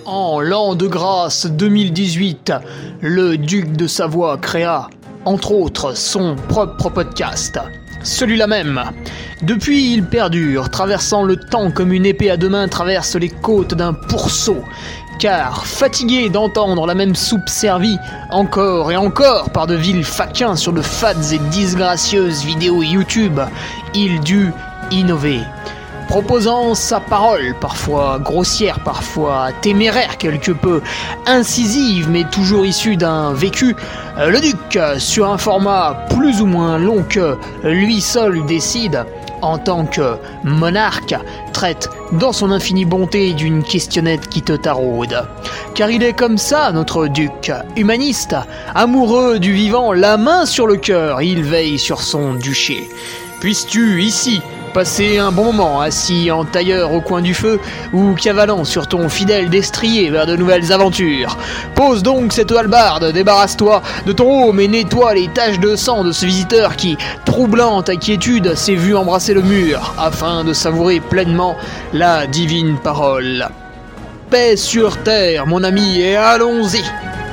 En l'an de grâce 2018, le duc de Savoie créa, entre autres, son propre podcast. Celui-là même. Depuis, il perdure, traversant le temps comme une épée à deux mains traverse les côtes d'un pourceau. Car, fatigué d'entendre la même soupe servie encore et encore par de vils faquins sur de fades et disgracieuses vidéos YouTube, il dut innover. Proposant sa parole, parfois grossière, parfois téméraire quelque peu, incisive mais toujours issue d'un vécu, le duc, sur un format plus ou moins long que lui seul décide, en tant que monarque, traite dans son infinie bonté d'une questionnette qui te taraude. Car il est comme ça, notre duc, humaniste, amoureux du vivant, la main sur le cœur, il veille sur son duché. Puisses-tu, ici, passer un bon moment assis en tailleur au coin du feu ou cavalant sur ton fidèle destrier vers de nouvelles aventures. Pose donc cette hallebarde, débarrasse-toi de ton home et nettoie les taches de sang de ce visiteur qui, troublant ta quiétude, s'est vu embrasser le mur afin de savourer pleinement la divine parole. Paix sur terre, mon ami, et allons-y!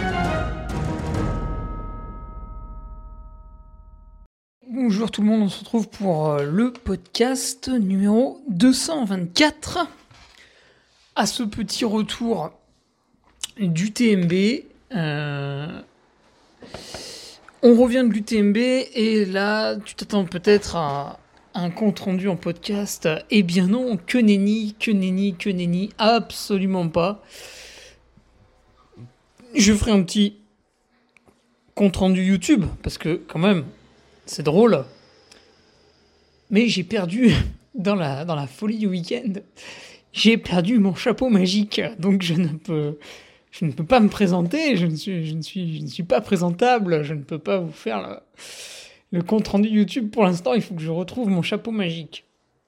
Bonjour tout le monde, on se retrouve pour le podcast numéro 224. À ce petit retour du TMB. On revient de l'UTMB et là tu t'attends peut-être à un compte rendu en podcast. Eh bien non, que nenni, absolument pas. Je ferai un petit compte rendu YouTube parce que quand même... c'est drôle, mais j'ai perdu, dans la folie du week-end, j'ai perdu mon chapeau magique, donc je ne peux pas me présenter, je ne suis pas présentable, je ne peux pas vous faire le compte rendu YouTube pour l'instant, il faut que je retrouve mon chapeau magique.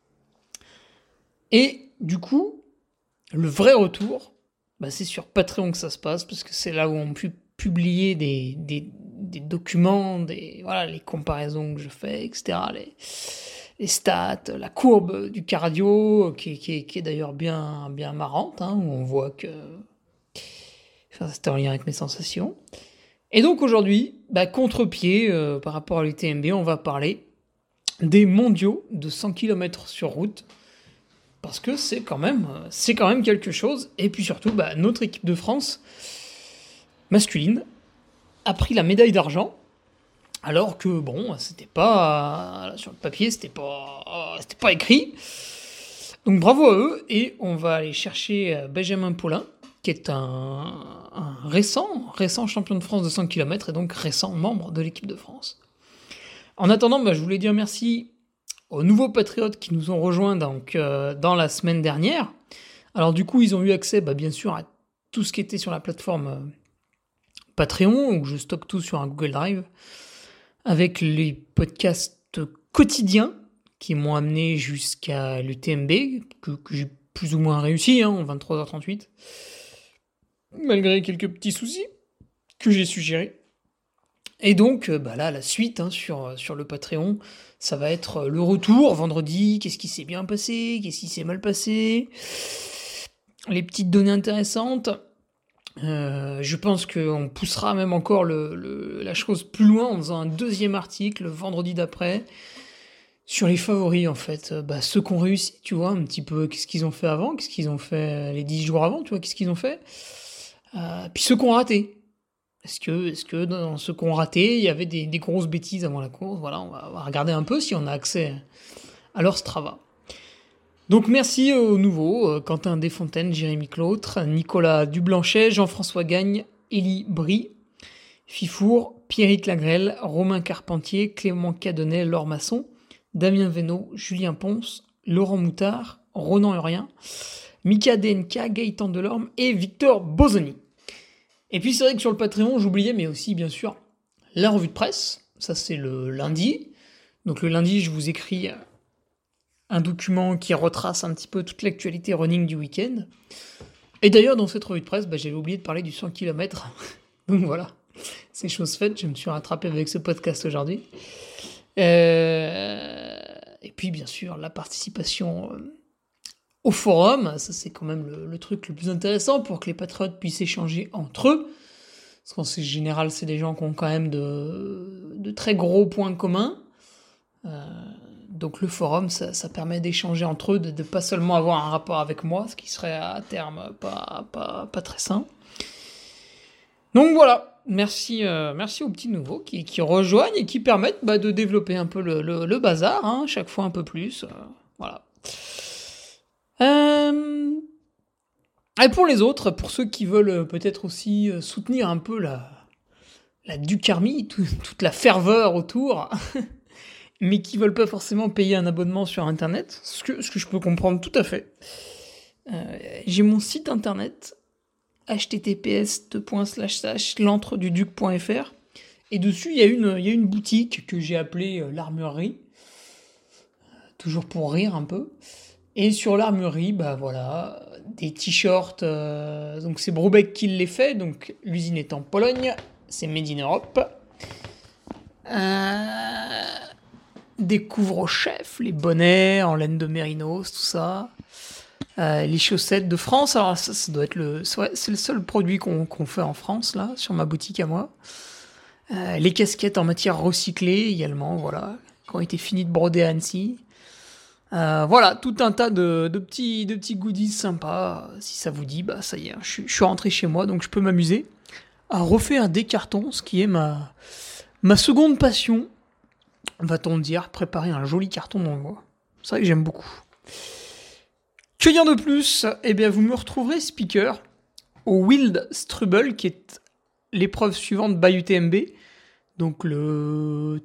Et du coup, le vrai retour, c'est sur Patreon que ça se passe, parce que c'est là où on peut publier des documents, les comparaisons que je fais, etc., les stats, la courbe du cardio, qui est d'ailleurs bien marrante, où on voit que... c'était en lien avec mes sensations. Et donc aujourd'hui, contre-pied, par rapport à l'UTMB, on va parler des mondiaux de 100 km sur route, parce que c'est quand même quelque chose, et puis surtout, notre équipe de France masculine a pris la médaille d'argent, alors que c'était pas sur le papier, c'était pas écrit. Donc bravo à eux, et on va aller chercher Benjamin Paulin, qui est un récent champion de France de 100 km et donc récent membre de l'équipe de France. En attendant, je voulais dire merci aux nouveaux patriotes qui nous ont rejoints dans la semaine dernière. Alors du coup, ils ont eu accès bien sûr à tout ce qui était sur la plateforme Patreon, où je stocke tout sur un Google Drive, avec les podcasts quotidiens qui m'ont amené jusqu'à l'UTMB, que j'ai plus ou moins réussi, en 23h38, malgré quelques petits soucis que j'ai suggérés. Et donc, là, la suite sur le Patreon, ça va être le retour, vendredi, qu'est-ce qui s'est bien passé, qu'est-ce qui s'est mal passé, les petites données intéressantes. Je pense qu'on poussera même encore la chose plus loin en faisant un deuxième article le vendredi d'après sur les favoris, en fait. Ceux qui ont réussi, tu vois, un petit peu, qu'est-ce qu'ils ont fait avant, qu'est-ce qu'ils ont fait les 10 jours avant, tu vois, qu'est-ce qu'ils ont fait. Puis ceux qui ont raté. Est-ce que dans ceux qui ont raté, il y avait des grosses bêtises avant la course? Voilà, on va regarder un peu si on a accès à leur Strava. Donc merci aux nouveaux, Quentin Desfontaines, Jérémy Clautre, Nicolas Dublanchet, Jean-François Gagne, Élie Brie, Fifour, Pierrick Lagrelle, Romain Carpentier, Clément Cadenet, Laure Masson, Damien Vénaud, Julien Ponce, Laurent Moutard, Ronan Urien, Mika DNK, Gaëtan Delorme et Victor Bozoni. Et puis c'est vrai que sur le Patreon, j'oubliais, mais aussi bien sûr la revue de presse, ça c'est le lundi. Donc le lundi, je vous écris un document qui retrace un petit peu toute l'actualité running du week-end. Et d'ailleurs, dans cette revue de presse, j'avais oublié de parler du 100 km. Donc voilà, c'est chose faite, je me suis rattrapé avec ce podcast aujourd'hui. Et puis, bien sûr, la participation au forum. Ça, c'est quand même le truc le plus intéressant pour que les patriotes puissent échanger entre eux. Parce qu'en général, c'est des gens qui ont quand même de très gros points communs. Donc le forum, ça permet d'échanger entre eux, de pas seulement avoir un rapport avec moi, ce qui serait à terme pas très sain. Donc voilà, merci aux petits nouveaux qui rejoignent et qui permettent de développer un peu le bazar, hein, chaque fois un peu plus. Voilà. Et pour les autres, pour ceux qui veulent peut-être aussi soutenir un peu la Duc Army, toute la ferveur autour, mais qui veulent pas forcément payer un abonnement sur Internet, ce que je peux comprendre tout à fait. J'ai mon site internet, https://l'entreduduc.fr, et dessus il y a une boutique que j'ai appelée l'Armurerie, toujours pour rire un peu. Et sur l'Armurerie, voilà, des t-shirts, donc c'est Brobeck qui les fait, donc l'usine est en Pologne, c'est Made in Europe. Des couvre-chefs, les bonnets en laine de mérinos, tout ça. Les chaussettes de France, alors ça doit être c'est le seul produit qu'on fait en France, là, sur ma boutique à moi. Les casquettes en matière recyclée également, voilà, qui ont été finies de broder à Annecy. Voilà, tout un tas de petits goodies sympas. Si ça vous dit, ça y est, je suis rentré chez moi, donc je peux m'amuser à refaire des cartons, ce qui est ma seconde passion. Va-t-on dire, préparer un joli carton dans le mois. C'est vrai que j'aime beaucoup. Que dire de plus ? Eh bien, vous me retrouverez speaker au Wild Strubble, qui est l'épreuve suivante by UTMB. Donc le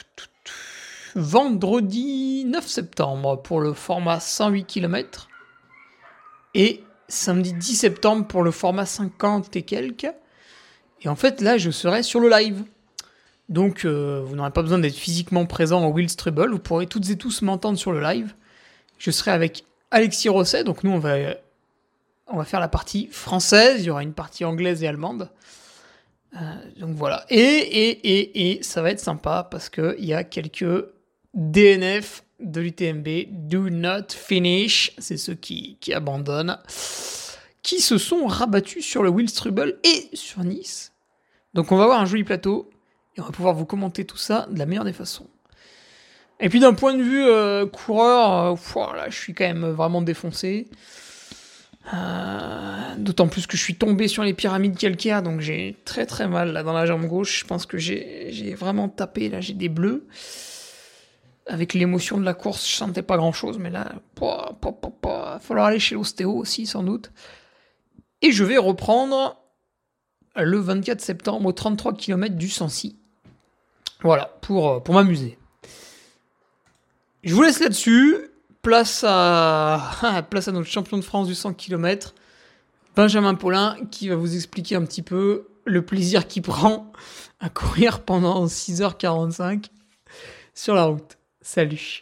vendredi 9 septembre pour le format 108 km. Et samedi 10 septembre pour le format 50 et quelques. Et en fait, là, je serai sur le live. Donc, vous n'aurez pas besoin d'être physiquement présent au Wild Strubble. Vous pourrez toutes et tous m'entendre sur le live. Je serai avec Alexis Rosset. Donc, nous, on va faire la partie française. Il y aura une partie anglaise et allemande. Donc, voilà. Et ça va être sympa parce qu'il y a quelques DNF de l'UTMB. Do not finish. C'est ceux qui abandonnent. Qui se sont rabattus sur le Wild Strubble et sur Nice. Donc, on va avoir un joli plateau. Et on va pouvoir vous commenter tout ça de la meilleure des façons. Et puis d'un point de vue coureur, là, je suis quand même vraiment défoncé. D'autant plus que je suis tombé sur les pyramides calcaires, donc j'ai très très mal là dans la jambe gauche. Je pense que j'ai vraiment tapé, là j'ai des bleus. Avec l'émotion de la course, je sentais pas grand chose, mais là, il va falloir aller chez l'ostéo aussi sans doute. Et je vais reprendre le 24 septembre aux 33 km du Sancy. Voilà, pour m'amuser. Je vous laisse là-dessus. Place à notre champion de France du 100 km, Benjamin Paulin, qui va vous expliquer un petit peu le plaisir qu'il prend à courir pendant 6h45 sur la route. Salut.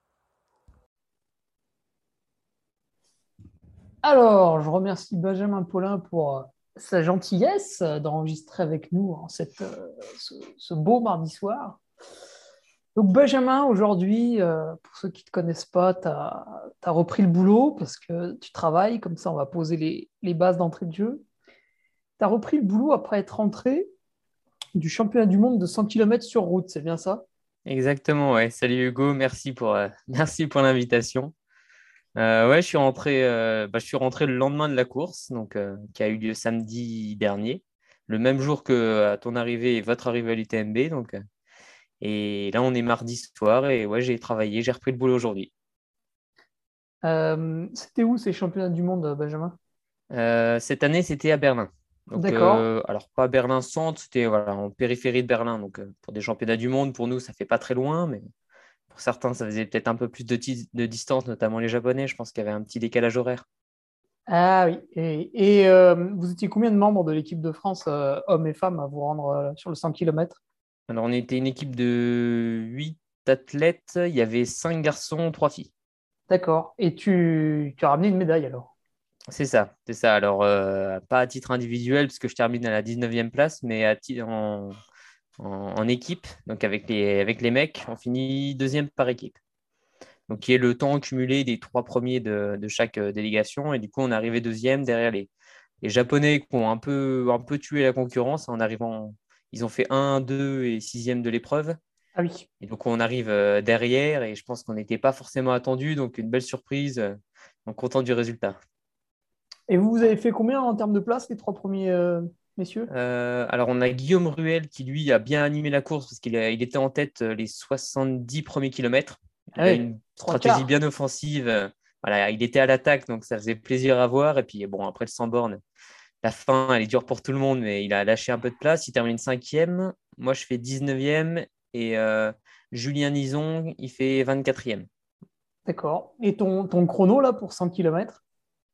Alors, je remercie Benjamin Paulin pour sa gentillesse d'enregistrer avec nous en ce beau mardi soir. Donc Benjamin, aujourd'hui, pour ceux qui ne te connaissent pas, tu as repris le boulot parce que tu travailles, comme ça on va poser les bases d'entrée de jeu. Tu as repris le boulot après être rentré du championnat du monde de 100 km sur route, c'est bien ça ? Exactement, ouais. Salut Hugo, merci pour l'invitation. Ouais, je suis rentré le lendemain de la course, donc qui a eu lieu samedi dernier, le même jour que ton arrivée et votre arrivée à l'UTMB. Donc, et là, on est mardi soir et ouais, j'ai travaillé, j'ai repris le boulot aujourd'hui. C'était où ces championnats du monde, Benjamin ? Cette année, c'était à Berlin. Donc, D'accord. alors, pas Berlin-Centre, c'était en périphérie de Berlin. Donc, pour des championnats du monde, pour nous, ça fait pas très loin, mais pour certains, ça faisait peut-être un peu plus de distance, notamment les Japonais. Je pense qu'il y avait un petit décalage horaire. Ah oui. Et vous étiez combien de membres de l'équipe de France, hommes et femmes, à vous rendre sur le 100 km ? Alors, on était une équipe de 8 athlètes. Il y avait 5 garçons, 3 filles. D'accord. Et tu as ramené une médaille alors ? C'est ça, c'est ça. Alors, pas à titre individuel, parce que je termine à la 19e place, mais en équipe, donc avec les mecs, on finit deuxième par équipe. donc qui est le temps cumulé des 3 premiers de chaque délégation. Et du coup, on est arrivé deuxième derrière les Japonais qui ont un peu tué la concurrence en arrivant. Ils ont fait 1, 2 et sixième de l'épreuve. Ah oui. Et donc, on arrive derrière et je pense qu'on n'était pas forcément attendu. Donc, une belle surprise. Donc, content du résultat. Et vous avez fait combien en termes de place, les 3 premiers messieurs? Alors, on a Guillaume Ruel qui, lui, a bien animé la course parce il était en tête les 70 premiers kilomètres. Ah Il a oui, une trois stratégie quarts. bien offensive. Voilà, il était à l'attaque, donc ça faisait plaisir à voir. Et puis, bon, après le 100 bornes, la fin, elle est dure pour tout le monde, mais il a lâché un peu de place. Il termine cinquième. Moi, je fais 19e. Et Julien Nison, il fait 24e. D'accord. Et ton chrono, là, pour 100 km?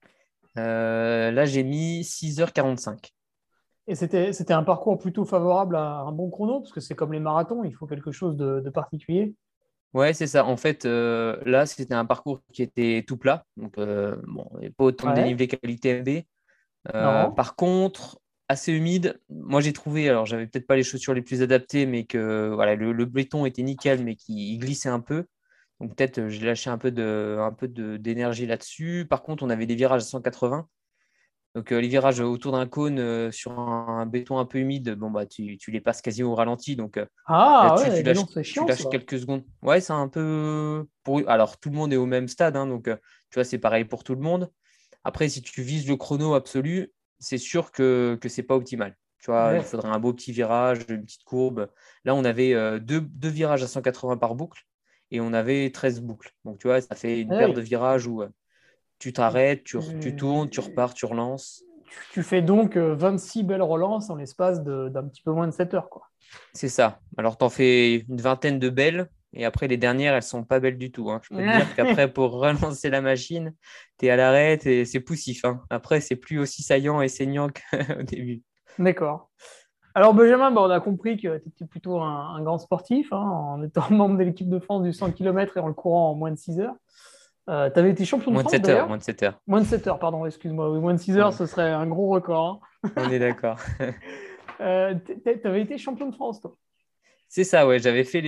Là, j'ai mis 6h45. Et c'était un parcours plutôt favorable à un bon chrono, parce que c'est comme les marathons, il faut quelque chose de particulier. Ouais, c'est ça. En fait, là, c'était un parcours qui était tout plat. Donc, bon, il n'y avait pas autant de Ouais. dénivelé qualité MB. Non. Par contre, assez humide. Moi, j'ai trouvé, alors, j'avais peut-être pas les chaussures les plus adaptées, mais que voilà, le béton était nickel, mais qui glissait un peu. Donc, peut-être, j'ai lâché d'énergie là-dessus. Par contre, on avait des virages à 180. Donc, les virages autour d'un cône sur un béton un peu humide, bon, bah, tu les passes quasi au ralenti. Donc, Ah là-dessus, ouais, dis donc, c'est tu chiant lâches ça. quelques secondes. Ouais, c'est un peu. Alors, tout le monde est au même stade, hein, donc tu vois, c'est pareil pour tout le monde. Après, si tu vises le chrono absolu, c'est sûr que ce n'est pas optimal. Tu vois, il Ouais. faudrait un beau petit virage, une petite courbe. Là, on avait deux virages à 180 par boucle et on avait 13 boucles. Donc, tu vois, ça fait une Ah paire de oui. virages où tu Tu, t'arrêtes, tu tournes, tu tu- repars, tu relances. tu fais donc 26 belles relances en l'espace d'un petit peu moins de 7 heures, quoi. C'est ça. Alors, tu en fais une vingtaine de belles. Et après, les dernières, elles sont pas belles du tout, hein. Je peux te dire qu'après, pour relancer la machine, tu es à l'arrêt et c'est poussif, hein. Après, c'est plus aussi saillant et saignant qu'au début. D'accord. Alors, Benjamin, bah, on a compris que tu étais plutôt un grand sportif, hein, en étant membre de l'équipe de France du 100 km et en le courant en moins de 6 heures. Tu avais été champion de Moins de France 7 heures, d'ailleurs. moins de 7 heures. Moins de 7 heures, pardon, excuse-moi. Oui, moins de 6 heures, Ouais, ce serait un gros record, on est d'accord. hein. Tu avais été champion de France, toi. C'est ça, ouais. J'avais fait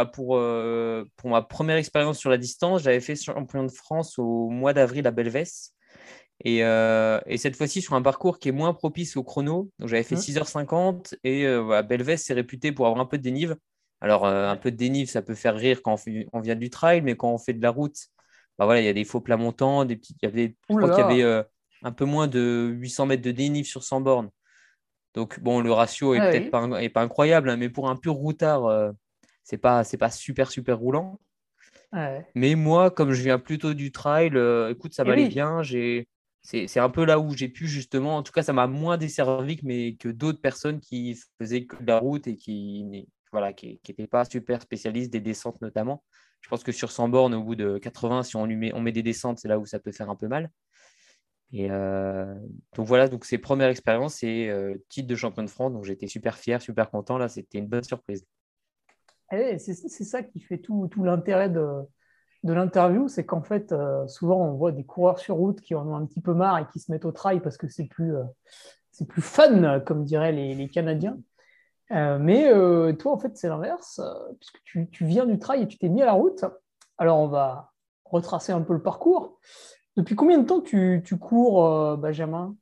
pour ma première expérience sur la distance, j'avais fait champion de France au mois d'avril à Belvès. Et cette fois-ci, sur un parcours qui est moins propice au chrono. Donc, j'avais fait Hein. 6h50 et voilà, Belvès, c'est réputé pour avoir un peu de dénive. Alors, un Ouais. peu de dénive, ça peut faire rire quand on vient du trail, mais quand on fait de la route, bah voilà, il y a des faux plats montants, je Ouh là crois qu'il y avait là. un peu moins de 800 mètres de dénive sur 100 bornes. Donc, bon, le ratio est Ah peut-être oui. pas incroyable, hein, mais pour un pur routard, c'est pas super, super roulant. Ouais. Mais moi, comme je viens plutôt du trail, écoute, ça Et m'allait oui. bien. C'est un peu là où j'ai pu justement, en tout cas, ça m'a moins desservi que d'autres personnes qui faisaient que de la route et voilà, qui n'étaient pas super spécialistes des descentes notamment. Je pense que sur 100 bornes, au bout de 80, si on met des descentes, c'est là où ça peut faire un peu mal. Et donc voilà, donc ces premières expériences et titre de champion de France. Donc j'étais super fier, super content. Là, c'était une bonne surprise. Eh, c'est ça qui fait tout l'intérêt de l'interview, c'est qu'en fait, souvent, on voit des coureurs sur route qui en ont un petit peu marre et qui se mettent au trail parce que c'est plus fun, comme diraient les Canadiens. Mais toi, en fait, c'est l'inverse, puisque tu viens du trail et tu t'es mis à la route. Alors, on va retracer un peu le parcours. Depuis combien de temps tu cours, Benjamin?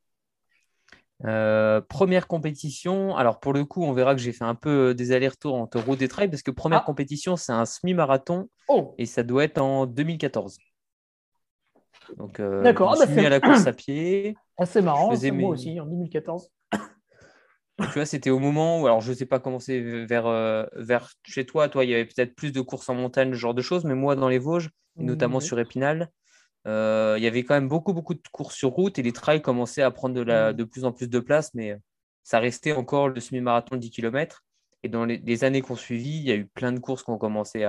Première compétition, alors pour le coup, on verra que j'ai fait un peu des allers-retours entre route et trail parce que première Ah, compétition, c'est un semi-marathon oh, et ça doit être en 2014. Donc, je d'accord. me Ah, bah, suis mis à la course à pied. c'est Je marrant, faisais ça, moi mes. aussi, en 2014. Donc, tu vois, c'était au moment où, alors je ne sais pas comment c'est vers chez toi. Toi, il y avait peut-être plus de courses en montagne, ce genre de choses, mais moi, dans les Vosges, et notamment Ouais. sur Épinal, il y avait quand même beaucoup, beaucoup de courses sur route et les trails commençaient à prendre Hmm. de plus en plus de place, mais ça restait encore le semi-marathon de 10 km. Et dans les années qui ont suivi, il y a eu plein de courses qui ont commencé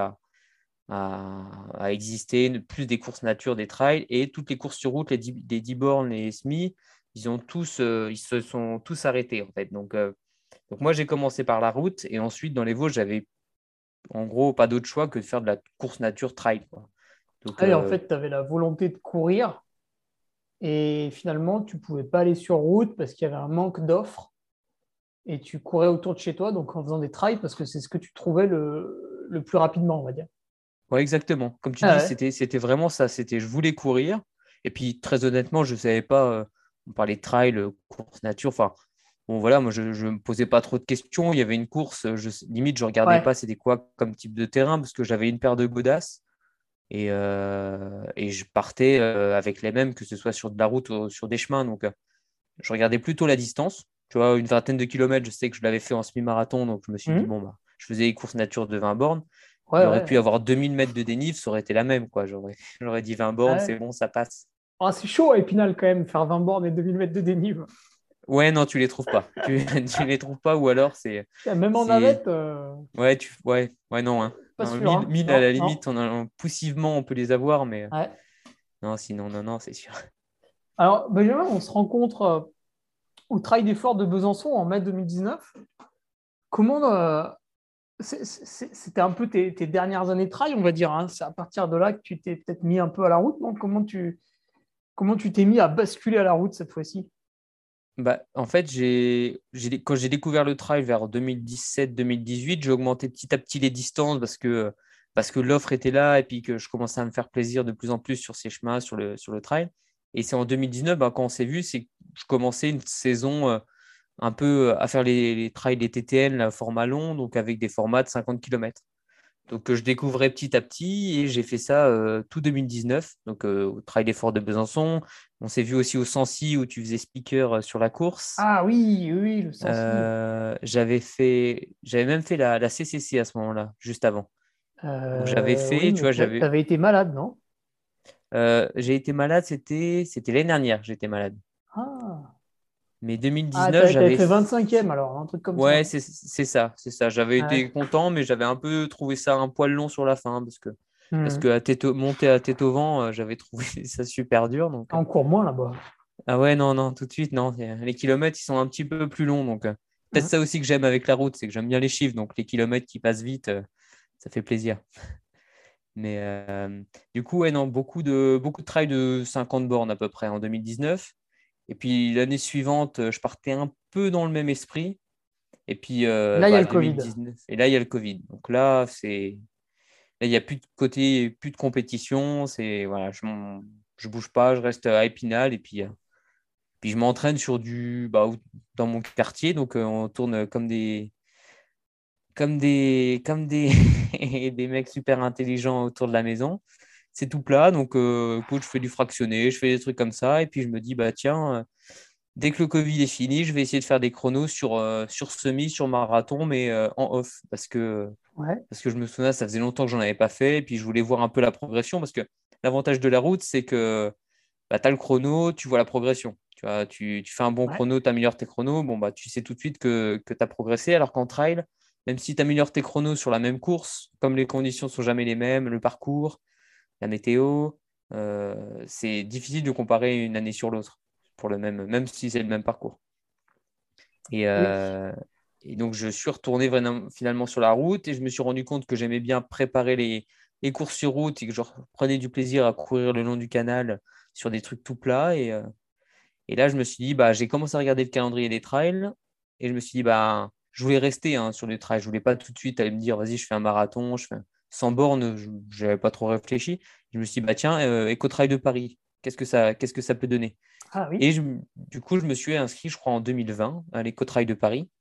à exister, plus des courses nature, des trails, et toutes les courses sur route, les 10 bornes, les semi, ils se sont tous arrêtés en fait. Donc moi j'ai commencé par la route et ensuite dans les Vosges j'avais en gros pas d'autre choix que de faire de la course nature trail, quoi. Donc Ah oui, en fait, tu avais la volonté de courir et finalement, tu pouvais pas aller sur route parce qu'il y avait un manque d'offres et tu courais autour de chez toi, donc en faisant des trails parce que c'est ce que tu trouvais le plus rapidement, on va dire. Ouais, exactement. Comme tu Ah dis, ouais. c'était vraiment ça. C'était je voulais courir. Et puis, très honnêtement, je ne savais pas. On parlait de trail, course nature. Enfin, bon, voilà, moi, je ne me posais pas trop de questions. Il y avait une course, limite, je ne regardais Ouais. pas c'était quoi comme type de terrain parce que j'avais une paire de godasses et je partais avec les mêmes, que ce soit sur de la route ou sur des chemins. Donc, je regardais plutôt la distance. Tu vois, une vingtaine de kilomètres, je sais que je l'avais fait en semi-marathon. Donc, je me suis dit, Mhm. bon, bah, je faisais les courses nature de 20 bornes. Ouais, Il aurait pu ouais. avoir 2000 mètres de dénive, ça aurait été la même, quoi. J'aurais dit 20 bornes, Ouais. c'est bon, ça passe. Ah, c'est chaud à Épinal quand même, faire 20 bornes et 2000 mètres de dénive. Ouais, non, tu les trouves pas. Tu les trouves pas, ou alors Même en c'est, navette, ouais, non, hein. pas Non, sûr, 1000, hein. 1000 à Non, la non. limite, poussivement, on peut les avoir, mais Ouais. non, sinon, non, non, c'est sûr. Alors, Benjamin, on se rencontre au Trail des Forts de Besançon en mai 2019. Comment c'était un peu tes dernières années de trail, on va dire, hein. C'est à partir de là que tu t'es peut-être mis un peu à la route, non? Comment tu t'es mis à basculer à la route cette fois-ci? Bah, en fait, quand j'ai découvert le trail vers 2017-2018, j'ai augmenté petit à petit les distances parce que l'offre était là et puis que je commençais à me faire plaisir de plus en plus sur ces chemins, sur le trail. Et c'est en 2019, bah, quand on s'est vu, c'est que je commençais une saison un peu à faire les trails, les TTN, la format long, donc avec des formats de 50 km. Donc, je découvrais petit à petit et j'ai fait ça tout 2019, donc au Trail des Forts de Besançon. On s'est vu aussi au Sancy où tu faisais speaker sur la course. Ah oui, oui, oui, le Sancy. J'avais même fait la CCC à ce moment-là, juste avant. Donc, j'avais Oui, fait, tu mais vois, t'avais été malade, non? j'ai été malade, c'était l'année dernière, j'étais malade. Ah, Mais ah 2019, t'avais j'avais fait 25e alors, un truc comme ça, ouais, non? c'est ça, c'est ça. J'avais été Ouais. content, mais j'avais un peu trouvé ça un poil long sur la fin parce que Hmm. monter à tête au vent, j'avais trouvé ça super dur. Donc, Ah, on court moins là-bas. ah ouais, non, non, tout de suite, non. Les kilomètres, ils sont un petit peu plus longs. Donc, peut-être Hmm. ça aussi que j'aime avec la route, c'est que j'aime bien les chiffres. Donc, les kilomètres qui passent vite, ça fait plaisir. Mais du coup, ouais, non, beaucoup de trail de 50 bornes à peu près en 2019. Et puis, l'année suivante, je partais un peu dans le même esprit. Et puis, Et là, il y a bah, le Covid. 2019. Et là, il y a le Covid. Donc là, il n'y a plus de côté, plus de compétition. Voilà, je bouge pas, je reste à Épinal. Et puis je m'entraîne dans mon quartier. Donc, on tourne comme des des mecs super intelligents autour de la maison. C'est tout plat. Donc, écoute, je fais du fractionné, je fais des trucs comme ça. Et puis, je me dis, bah, tiens, dès que le Covid est fini, je vais essayer de faire des chronos sur semi, sur marathon, mais en off. Ouais. Parce que je me souviens, ça faisait longtemps que j'en avais pas fait. Et puis, je voulais voir un peu la progression. Parce que l'avantage de la route, c'est que bah, tu as le chrono, tu vois la progression. Tu vois, tu fais un bon Ouais. chrono, tu améliores tes chronos. Bon, bah, tu sais tout de suite que tu as progressé. Alors qu'en trail, même si tu améliores tes chronos sur la même course, comme les conditions sont jamais les mêmes, le parcours, la météo, c'est difficile de comparer une année sur l'autre pour même si c'est le même parcours. Et, Oui. euh, et donc, je suis retourné vraiment, finalement sur la route et je me suis rendu compte que j'aimais bien préparer les courses sur route et que je prenais du plaisir à courir le long du canal sur des trucs tout plats. Et là, je me suis dit, bah, j'ai commencé à regarder le calendrier des trails et je me suis dit, bah, je voulais rester sur les trails. Je voulais pas tout de suite aller me dire, vas-y, je fais un marathon, je fais 100 bornes. Je n'avais pas trop réfléchi. Je me suis dit, bah, tiens, Eco-Trail de Paris, qu'est-ce que ça peut donner? Ah oui. Et du coup, je me suis inscrit, je crois, en 2020 à l'Eco-Trail de Paris,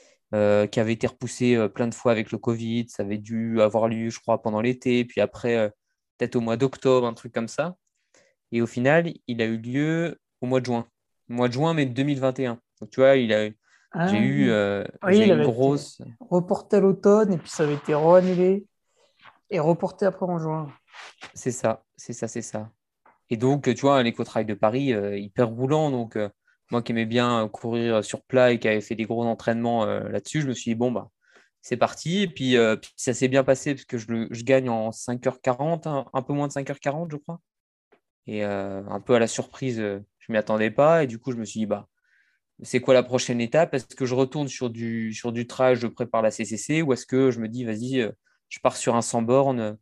qui avait été repoussé plein de fois avec le Covid. Ça avait dû avoir lieu, je crois, pendant l'été, puis après, peut-être au mois d'octobre, un truc comme ça. Et au final, il a eu lieu au mois de juin. Mois de juin, mais 2021. Donc, tu vois, Ah oui. Oui, j'ai il eu une avait été grosse. reporté à l'automne et puis ça avait été re-annulé et reporté après en juin. C'est ça, c'est ça, c'est ça. Et donc, tu vois, l'éco-trail de Paris, hyper roulant. Donc, moi qui aimais bien courir sur plat et qui avait fait des gros entraînements là-dessus, je me suis dit, bon, bah, c'est parti. Et puis ça s'est bien passé parce que je gagne en 5h40, un peu moins de 5h40, je crois. Et un peu à la surprise, je ne m'y attendais pas. Et du coup, je me suis dit, bah, c'est quoi la prochaine étape? Est-ce que je retourne sur du trail, je prépare la CCC, ou est-ce que je me dis, vas-y, je pars sur un 100 bornes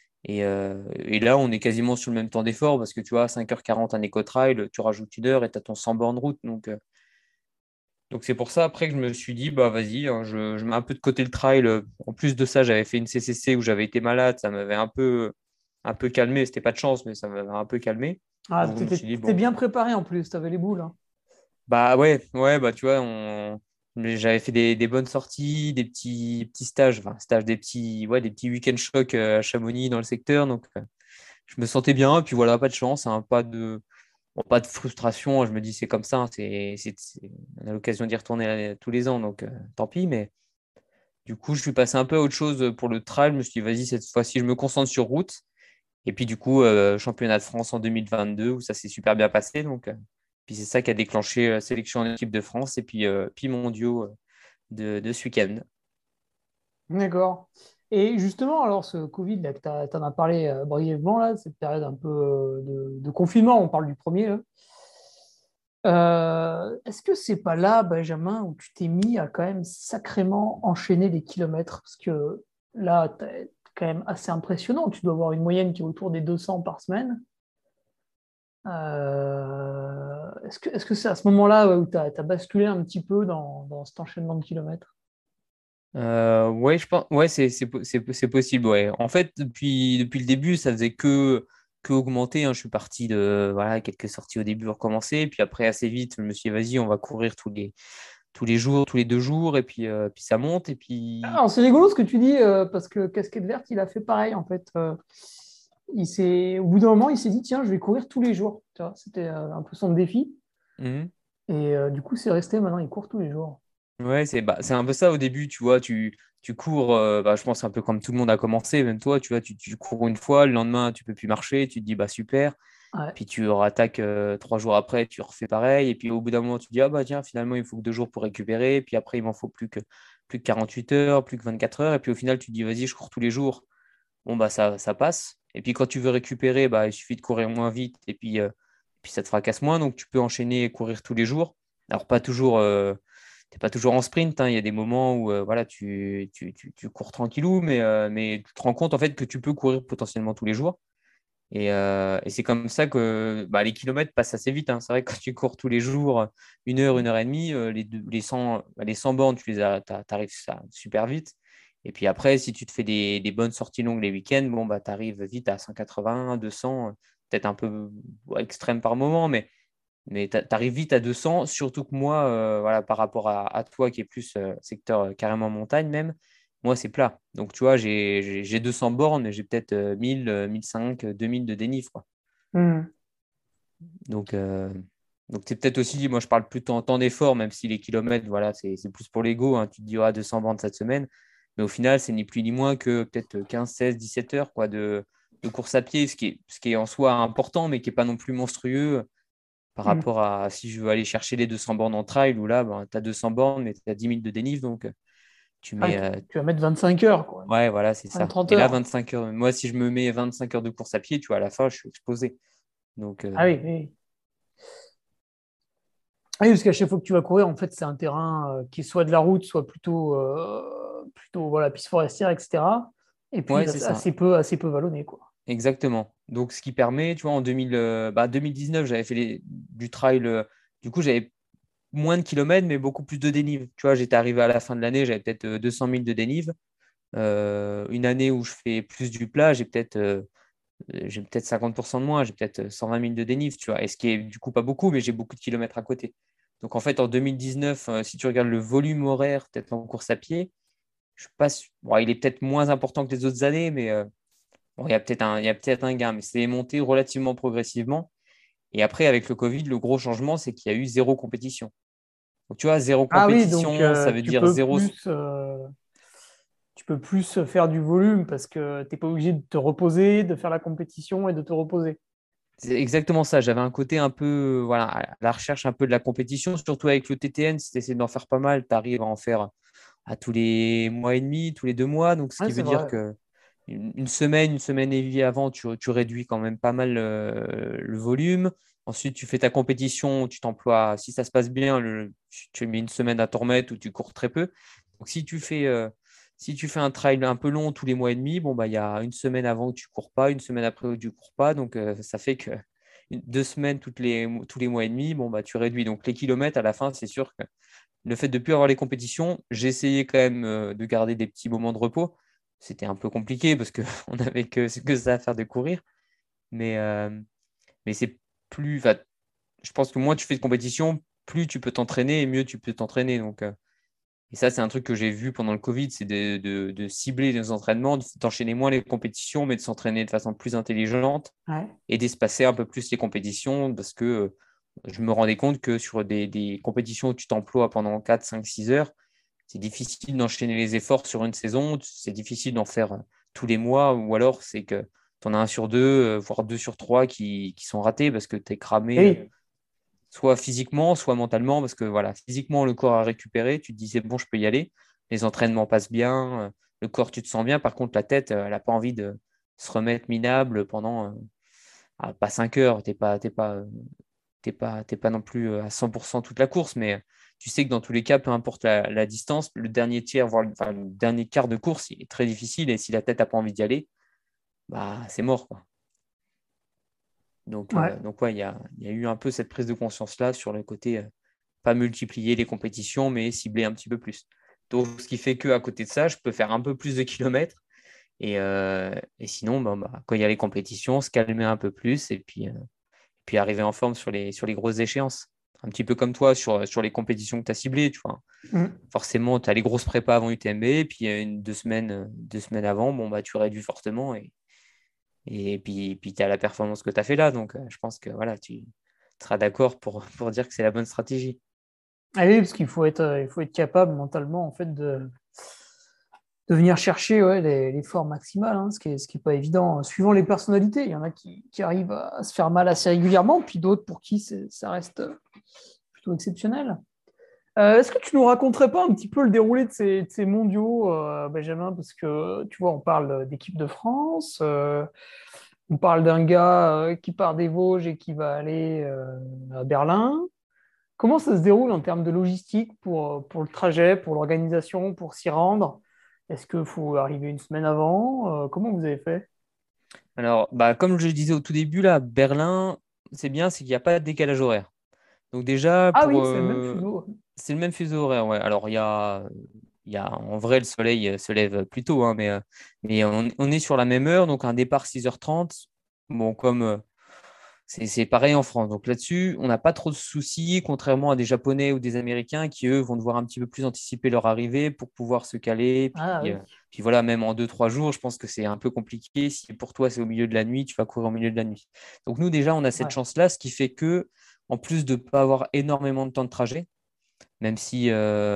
et là, on est quasiment sur le même temps d'effort parce que tu vois, 5h40 un éco-trail, tu rajoutes 1 heure et tu as ton 100 bornes route. Donc Donc, c'est pour ça, après, que je me suis dit, bah vas-y, hein, je mets un peu de côté le trail. En plus de ça, j'avais fait une CCC où j'avais été malade. Ça m'avait un peu calmé. C'était pas de chance, mais ça m'avait un peu calmé. Ah, Donc, je me suis dit, t'étais bon, bien préparé en plus, t'avais les boules, hein. bah ouais, bah tu vois, j'avais fait des bonnes sorties, des petits stages, enfin, des petits week-end chocs à Chamonix dans le secteur. Donc, je me sentais bien. Et puis voilà, pas de chance, hein, pas de frustration. Je me dis, c'est comme ça, hein, on a l'occasion d'y retourner tous les ans, donc tant pis. Mais du coup, je suis passé un peu à autre chose pour le trail. Je me suis dit, vas-y, cette fois-ci, je me concentre sur route. Et puis, du coup, championnat de France en 2022, où ça s'est super bien passé. Donc, puis c'est ça qui a déclenché la sélection en équipe de France et puis mondiaux de ce week-end. D'accord. Et justement, alors ce Covid, là, que tu en as parlé brièvement, là, cette période un peu de confinement, on parle du premier, là. Est-ce que c'est pas là, Benjamin, où tu t'es mis à quand même sacrément enchaîner les kilomètres? Parce que là, t'es quand même assez impressionnant. Tu dois avoir une moyenne qui est autour des 200 par semaine. Est-ce que c'est à ce moment-là ouais, où tu as basculé un petit peu dans cet enchaînement de kilomètres? Ouais, je pense, ouais, c'est possible. Ouais. En fait, depuis le début, ça faisait que augmenter, hein. Je suis parti de voilà, quelques sorties au début, recommencer. Et puis après, assez vite, je me suis dit, vas-y, on va courir tous les jours, tous les 2 jours. Et puis ça monte. Et puis, Alors, c'est rigolo ce que tu dis, parce que Casquette Verte, il a fait pareil, en fait. Au bout d'un moment, il s'est dit, tiens, je vais courir tous les jours. Tu vois, c'était un peu son défi. mhm. Et du coup, c'est resté, maintenant, il court tous les jours. Ouais, c'est un peu ça au début, tu vois, tu cours, bah, je pense un peu comme tout le monde a commencé, même toi, tu vois, tu cours une fois, le lendemain, tu peux plus marcher, tu te dis, bah super, Ouais. puis tu rattaques 3 jours après, tu refais pareil, et puis au bout d'un moment, tu te dis, ah bah tiens, finalement, il faut que 2 jours pour récupérer, puis après, il m'en faut plus que 48 heures, plus que 24 heures, et puis au final, tu te dis, vas-y, je cours tous les jours, bon, bah ça passe, et puis quand tu veux récupérer, bah, il suffit de courir moins vite, et puis ça te fracasse moins, donc tu peux enchaîner et courir tous les jours. Alors, pas toujours. T'es pas toujours en sprint, hein. Il y a des moments où voilà, tu cours tranquillou, mais tu te rends compte en fait que tu peux courir potentiellement tous les jours. Et c'est comme ça que bah, les kilomètres passent assez vite, hein. C'est vrai que quand tu cours tous les jours, 1 heure, 1 heure et demie, les 100 bornes, t'arrives ça super vite. Et puis après, si tu te fais des bonnes sorties longues les week-ends, bon, bah, tu arrives vite à 180, 200, peut-être un peu extrême par moment, mais tu arrives vite à 200, surtout que moi, voilà, par rapport à toi qui est plus secteur carrément montagne même, moi c'est plat. Donc tu vois, j'ai 200 bornes, mais j'ai peut-être 1000, 1005, 2000 de dénive, quoi. Hmm. Donc, euh, donc c'est peut-être aussi, moi je parle plutôt en temps d'effort, même si les kilomètres, voilà, c'est plus pour l'ego, hein. Tu te dis, ah, 200 bornes cette semaine, mais au final, c'est ni plus ni moins que peut-être 15, 16, 17 heures quoi, de course à pied, ce qui est en soi important, mais qui n'est pas non plus monstrueux par Hmm. rapport à si je veux aller chercher les 200 bornes en trail, où là, ben, tu as 200 bornes, mais tu as 10 000 de dénive, donc tu Ah, mets. tu vas mettre 25 heures, quoi. Ouais, voilà, c'est Même ça. 30 Et là, heures. 25 heures, moi, si je me mets 25 heures de course à pied, tu vois, à la fin, je suis explosé. Donc, Ah oui, oui. Ah oui, parce qu'à chaque fois que tu vas courir, en fait, c'est un terrain qui est soit de la route, soit plutôt voilà, piste forestière, etc. Et puis ouais, c'est ça. assez peu vallonné, quoi. Exactement. Donc, ce qui permet, tu vois, en 2019, j'avais fait du trail. Du coup, j'avais moins de kilomètres, mais beaucoup plus de dénive. Tu vois, j'étais arrivé à la fin de l'année, j'avais peut-être 200 000 de dénive. Une année où je fais plus du plat, j'ai peut-être 50% de moins, j'ai peut-être 120 000 de dénive, tu vois, et ce qui est du coup pas beaucoup, mais j'ai beaucoup de kilomètres à côté. Donc en fait, en 2019, si tu regardes le volume horaire, peut-être en course à pied, je passe, bon, il est peut-être moins important que les autres années, mais bon, il y a peut-être un gain, mais c'est monté relativement progressivement. Et après, avec le Covid, le gros changement, c'est qu'il y a eu zéro compétition. Donc tu vois, zéro Ah oui, donc compétition, ça veut dire zéro. tu peux plus faire du volume parce que tu n'es pas obligé de te reposer, de faire la compétition et de te reposer. C'est exactement ça. J'avais un côté un peu, voilà, à la recherche un peu de la compétition, surtout avec le TTN. Si tu essaies d'en faire pas mal, tu arrives à en faire à tous les mois et demi, tous les 2 mois. Donc, ce Ouais, qui veut c'est dire vrai. que une semaine et demie avant, tu réduis quand même pas mal le volume. Ensuite, tu fais ta compétition, tu t'emploies, si ça se passe bien, tu mets une semaine à t'en remettre ou tu cours très peu. Donc, si tu fais un trail un peu long tous les mois et demi, bon, bah, il y a une semaine avant où tu cours pas, une semaine après où tu cours pas. Donc, ça fait que 2 semaines tous les mois et demi, bon, bah, tu réduis. Donc, les kilomètres, à la fin, c'est sûr que le fait de ne plus avoir les compétitions, j'ai essayé quand même de garder des petits moments de repos. C'était un peu compliqué parce qu'on n'avait que ça à faire de courir. Mais, euh, mais c'est plus. Enfin, je pense que moins tu fais de compétition, plus tu peux t'entraîner et mieux tu peux t'entraîner. Donc, et ça, c'est un truc que j'ai vu pendant le Covid, c'est de cibler les entraînements, d'enchaîner moins les compétitions, mais de s'entraîner de façon plus intelligente Ouais. et d'espacer un peu plus les compétitions parce que je me rendais compte que sur des compétitions où tu t'emploies pendant 4, 5, 6 heures, c'est difficile d'enchaîner les efforts sur une saison, c'est difficile d'en faire tous les mois ou alors c'est que tu en as un sur deux, voire deux sur trois qui sont ratés parce que tu es cramé. Et oui. Soit physiquement, soit mentalement, parce que voilà, physiquement, le corps a récupéré, tu te dis c'est bon, je peux y aller, les entraînements passent bien, le corps, tu te sens bien, par contre, la tête, elle n'a pas envie de se remettre minable pendant pas 5 heures, t'es pas non plus à 100% toute la course, mais tu sais que dans tous les cas, peu importe la distance, le dernier tiers, voire enfin, le dernier quart de course, il est très difficile, et si la tête n'a pas envie d'y aller, bah, c'est mort, quoi. Ouais. Donc ouais, il y a eu un peu cette prise de conscience-là sur le côté pas multiplier les compétitions, mais cibler un petit peu plus. Donc, ce qui fait qu'à côté de ça, je peux faire un peu plus de kilomètres. Et sinon, quand il y a les compétitions, se calmer un peu plus et puis arriver en forme sur les grosses échéances. Un petit peu comme toi sur les compétitions que tu as ciblées, tu vois. Mm. Forcément, tu as les grosses prépas avant UTMB, et puis 2 semaines avant, bon, bah, tu réduis fortement et puis tu as la performance que tu as fait là. Donc, je pense que voilà, tu seras d'accord pour dire que c'est la bonne stratégie. Ah oui, parce il faut être capable mentalement en fait de venir chercher ouais, l'effort maximal, hein, ce qui est pas évident. Suivant les personnalités, il y en a qui arrivent à se faire mal assez régulièrement, puis d'autres pour qui ça reste plutôt exceptionnel. Est-ce que tu nous raconterais pas un petit peu le déroulé de ces mondiaux, Benjamin? Parce que tu vois, on parle d'équipe de France, on parle d'un gars qui part des Vosges et qui va aller à Berlin. Comment ça se déroule en termes de logistique pour le trajet, pour l'organisation, pour s'y rendre? Est-ce qu'il faut arriver une semaine avant? Comment vous avez fait? Alors, bah, comme je le disais au tout début, là, Berlin, c'est bien, c'est qu'il n'y a pas de décalage horaire. Donc déjà, Ah oui, c'est le même fuseau. c'est le même fuseau horaire, ouais. Alors, en vrai, le soleil se lève plus tôt, hein, mais on est sur la même heure, donc un départ 6h30. Bon, comme c'est pareil en France. Donc là-dessus, on n'a pas trop de soucis, contrairement à des Japonais ou des Américains qui, eux, vont devoir un petit peu plus anticiper leur arrivée pour pouvoir se caler. Ah oui. Puis voilà, même en 2, 3 jours, je pense que c'est un peu compliqué. Si pour toi, c'est au milieu de la nuit, tu vas courir au milieu de la nuit. Donc nous, déjà, on a cette Ouais. chance-là, ce qui fait que, en plus de ne pas avoir énormément de temps de trajet, même si,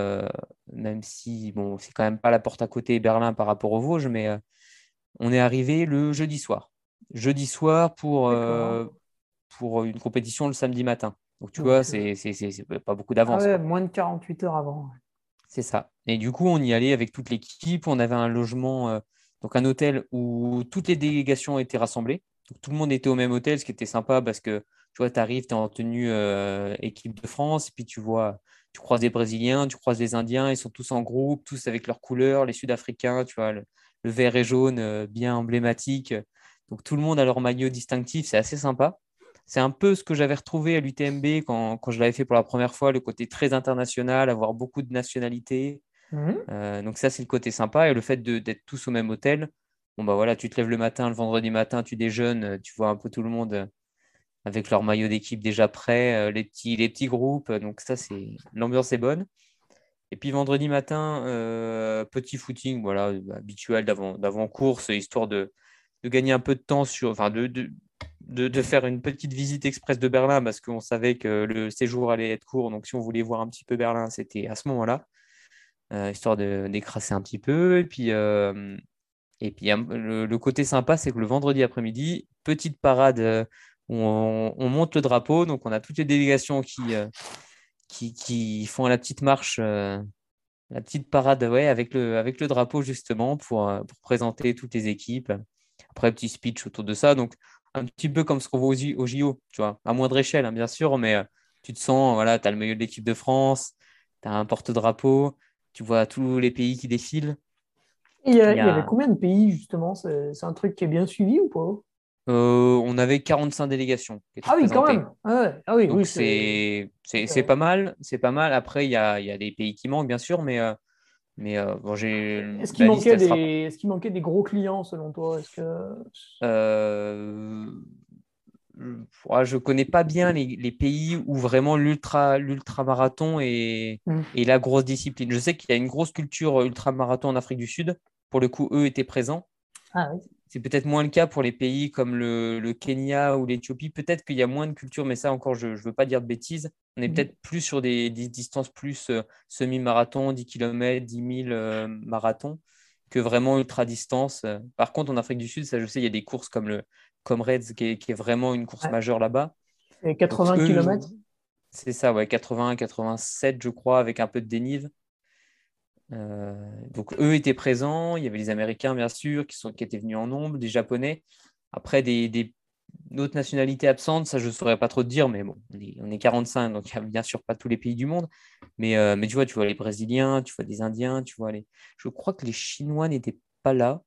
bon, c'est quand même pas la porte à côté Berlin par rapport aux Vosges, mais on est arrivé le jeudi soir. Jeudi soir D'accord. pour une compétition le samedi matin. Donc, tu vois, Donc, c'est pas beaucoup ah d'avance, ouais, quoi. moins de 48 heures avant. C'est ça. Et du coup, on y allait avec toute l'équipe. On avait un logement, donc un hôtel où toutes les délégations étaient rassemblées. Donc, tout le monde était au même hôtel, ce qui était sympa parce que, tu vois, tu arrives, tu es en tenue équipe de France, et puis tu croises des Brésiliens, tu croises des Indiens, ils sont tous en groupe, tous avec leurs couleurs, les Sud-Africains, tu vois, le vert et jaune, bien emblématique. Donc, tout le monde a leur maillot distinctif, c'est assez sympa. C'est un peu ce que j'avais retrouvé à l'UTMB quand je l'avais fait pour la première fois, le côté très international, avoir beaucoup de nationalités. Mhm. Donc ça, c'est le côté sympa. Et le fait d'être tous au même hôtel, bon bah voilà, tu te lèves le matin, le vendredi matin, tu déjeunes, tu vois un peu tout le monde avec leur maillot d'équipe déjà prêt, les petits groupes. Donc ça, l'ambiance est bonne. Et puis vendredi matin, petit footing, voilà, habituel d'avant-course, histoire de gagner un peu de temps enfin de faire une petite visite express de Berlin parce qu'on savait que le séjour allait être court. Donc si on voulait voir un petit peu Berlin, c'était à ce moment-là, histoire de d'écrasser un petit peu. Et puis le côté sympa, c'est que le vendredi après-midi, petite parade où on monte le drapeau. Donc on a toutes les délégations qui font la petite marche. La petite parade, ouais, avec le drapeau justement pour présenter toutes les équipes. Après, petit speech autour de ça. Donc, un petit peu comme ce qu'on voit aux JO, tu vois, à moindre échelle, hein, bien sûr, mais tu te sens, voilà, tu as le maillot de l'équipe de France, tu as un porte-drapeau, tu vois tous les pays qui défilent. Et Il y il y avait a, combien de pays justement? C'est un truc qui est bien suivi ou pas? On avait 45 délégations qui étaient Ah oui, quand représentées. même. Ah, ouais. Ah oui, Donc, oui, c'est pas mal. C'est pas mal. Après, il y a des pays qui manquent, bien sûr, mais bon, la liste, elle sera. Est-ce qu'il manquait des gros clients selon toi? Est-ce que Euh, ouais, je connais pas bien les pays où vraiment l'ultra-marathon Hmm. est la grosse discipline. Je sais qu'il y a une grosse culture ultra-marathon en Afrique du Sud. Pour le coup, eux étaient présents. Ah oui. C'est peut-être moins le cas pour les pays comme le Kenya ou l'Éthiopie. Peut-être qu'il y a moins de culture, mais ça encore, je ne veux pas dire de bêtises. On est Hmm. peut-être plus sur des distances plus semi-marathon, 10 km, 10 000 marathons, que vraiment ultra-distance. Par contre, en Afrique du Sud, ça je sais, il y a des courses comme le Comrades qui est vraiment une course Ouais. majeure là-bas. Et Donc 80 eux, kilomètres. c'est ça, ouais, 80, 87, je crois, avec un peu de dénive. Donc eux étaient présents, il y avait les Américains bien sûr qui étaient venus en nombre, des Japonais. Après d'autres nationalités absentes, ça je ne saurais pas trop te dire, mais bon, on est 45, donc il n'y a bien sûr pas tous les pays du monde. Mais tu vois les Brésiliens, tu vois les Indiens, je crois que les Chinois n'étaient pas là.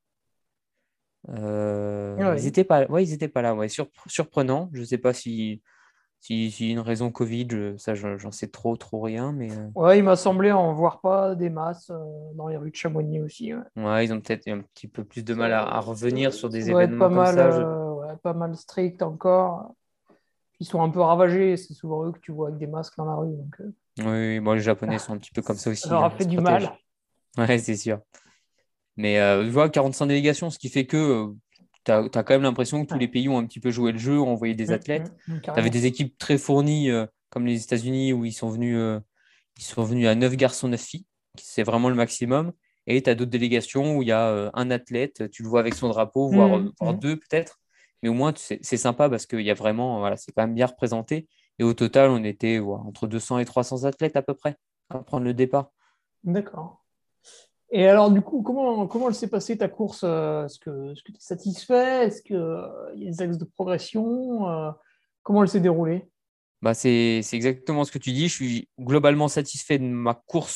Ah Ils oui. étaient pas, ouais, ils étaient pas là, ouais. Surprenant. Je ne sais pas si une raison Covid, j'en sais trop rien, mais Ouais, il m'a semblé en voir pas des masses dans les rues de Chamonix aussi. Ouais. ouais, ils ont peut-être un petit peu plus de Ça, mal à revenir sur ça des doit être pas événements comme mal, ça. ouais, pas mal strict encore. Ils sont un peu ravagés. C'est souvent eux que tu vois avec des masques dans la rue. Donc, Oui, bon, les Japonais sont un petit peu comme ça ça aussi, leur a hein, ils fait se du protègent. mal. Ouais, c'est sûr. Mais je vois 45 délégations, ce qui fait que tu as quand même l'impression que tous les Ouais. pays ont un petit peu joué le jeu, ont envoyé des athlètes. Tu avais Carrément. des équipes très fournies, comme les États-Unis, où ils sont venus à 9 garçons, 9 filles. C'est vraiment le maximum. Et tu as d'autres délégations où il y a un athlète, tu le vois avec son drapeau, voire deux peut-être. Mais au moins, c'est sympa parce qu'il y a vraiment, voilà, c'est quand même bien représenté. Et au total, on était entre 200 et 300 athlètes à peu près à prendre le départ. D'accord. Et alors, du coup, comment elle s'est passée ta course? Est-ce que tu es satisfait? Est-ce qu'il y a des axes de progression? Comment elle s'est déroulée? Bah, c'est exactement ce que tu dis. Je suis globalement satisfait de ma course,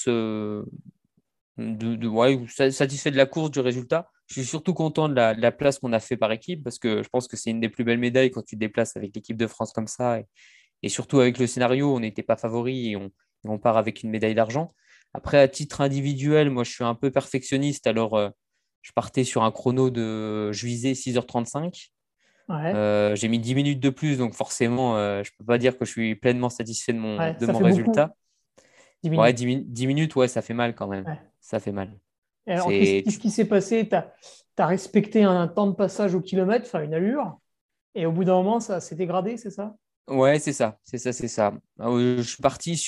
ouais, satisfait de la course, du résultat. Je suis surtout content de la place qu'on a fait par équipe parce que je pense que c'est une des plus belles médailles quand tu te déplaces avec l'équipe de France comme ça. Et surtout avec le scénario, on n'était pas favori et on part avec une médaille d'argent. Après, à titre individuel, moi, je suis un peu perfectionniste. Alors, je partais sur un chrono je visais 6h35. Ouais, J'ai mis 10 minutes de plus, donc forcément, je ne peux pas dire que je suis pleinement satisfait de mon, ouais, de ça mon fait beaucoup, résultat. 10 Ouais, minutes. 10 minutes, ouais, ça fait mal quand même. Ouais. Ça fait mal. Et alors, C'est, qu'est-ce qui s'est passé? Tu as respecté un temps de passage au kilomètre, enfin une allure, et au bout d'un moment, ça s'est dégradé, c'est ça? Ouais, c'est ça. C'est ça, c'est ça. Je suis parti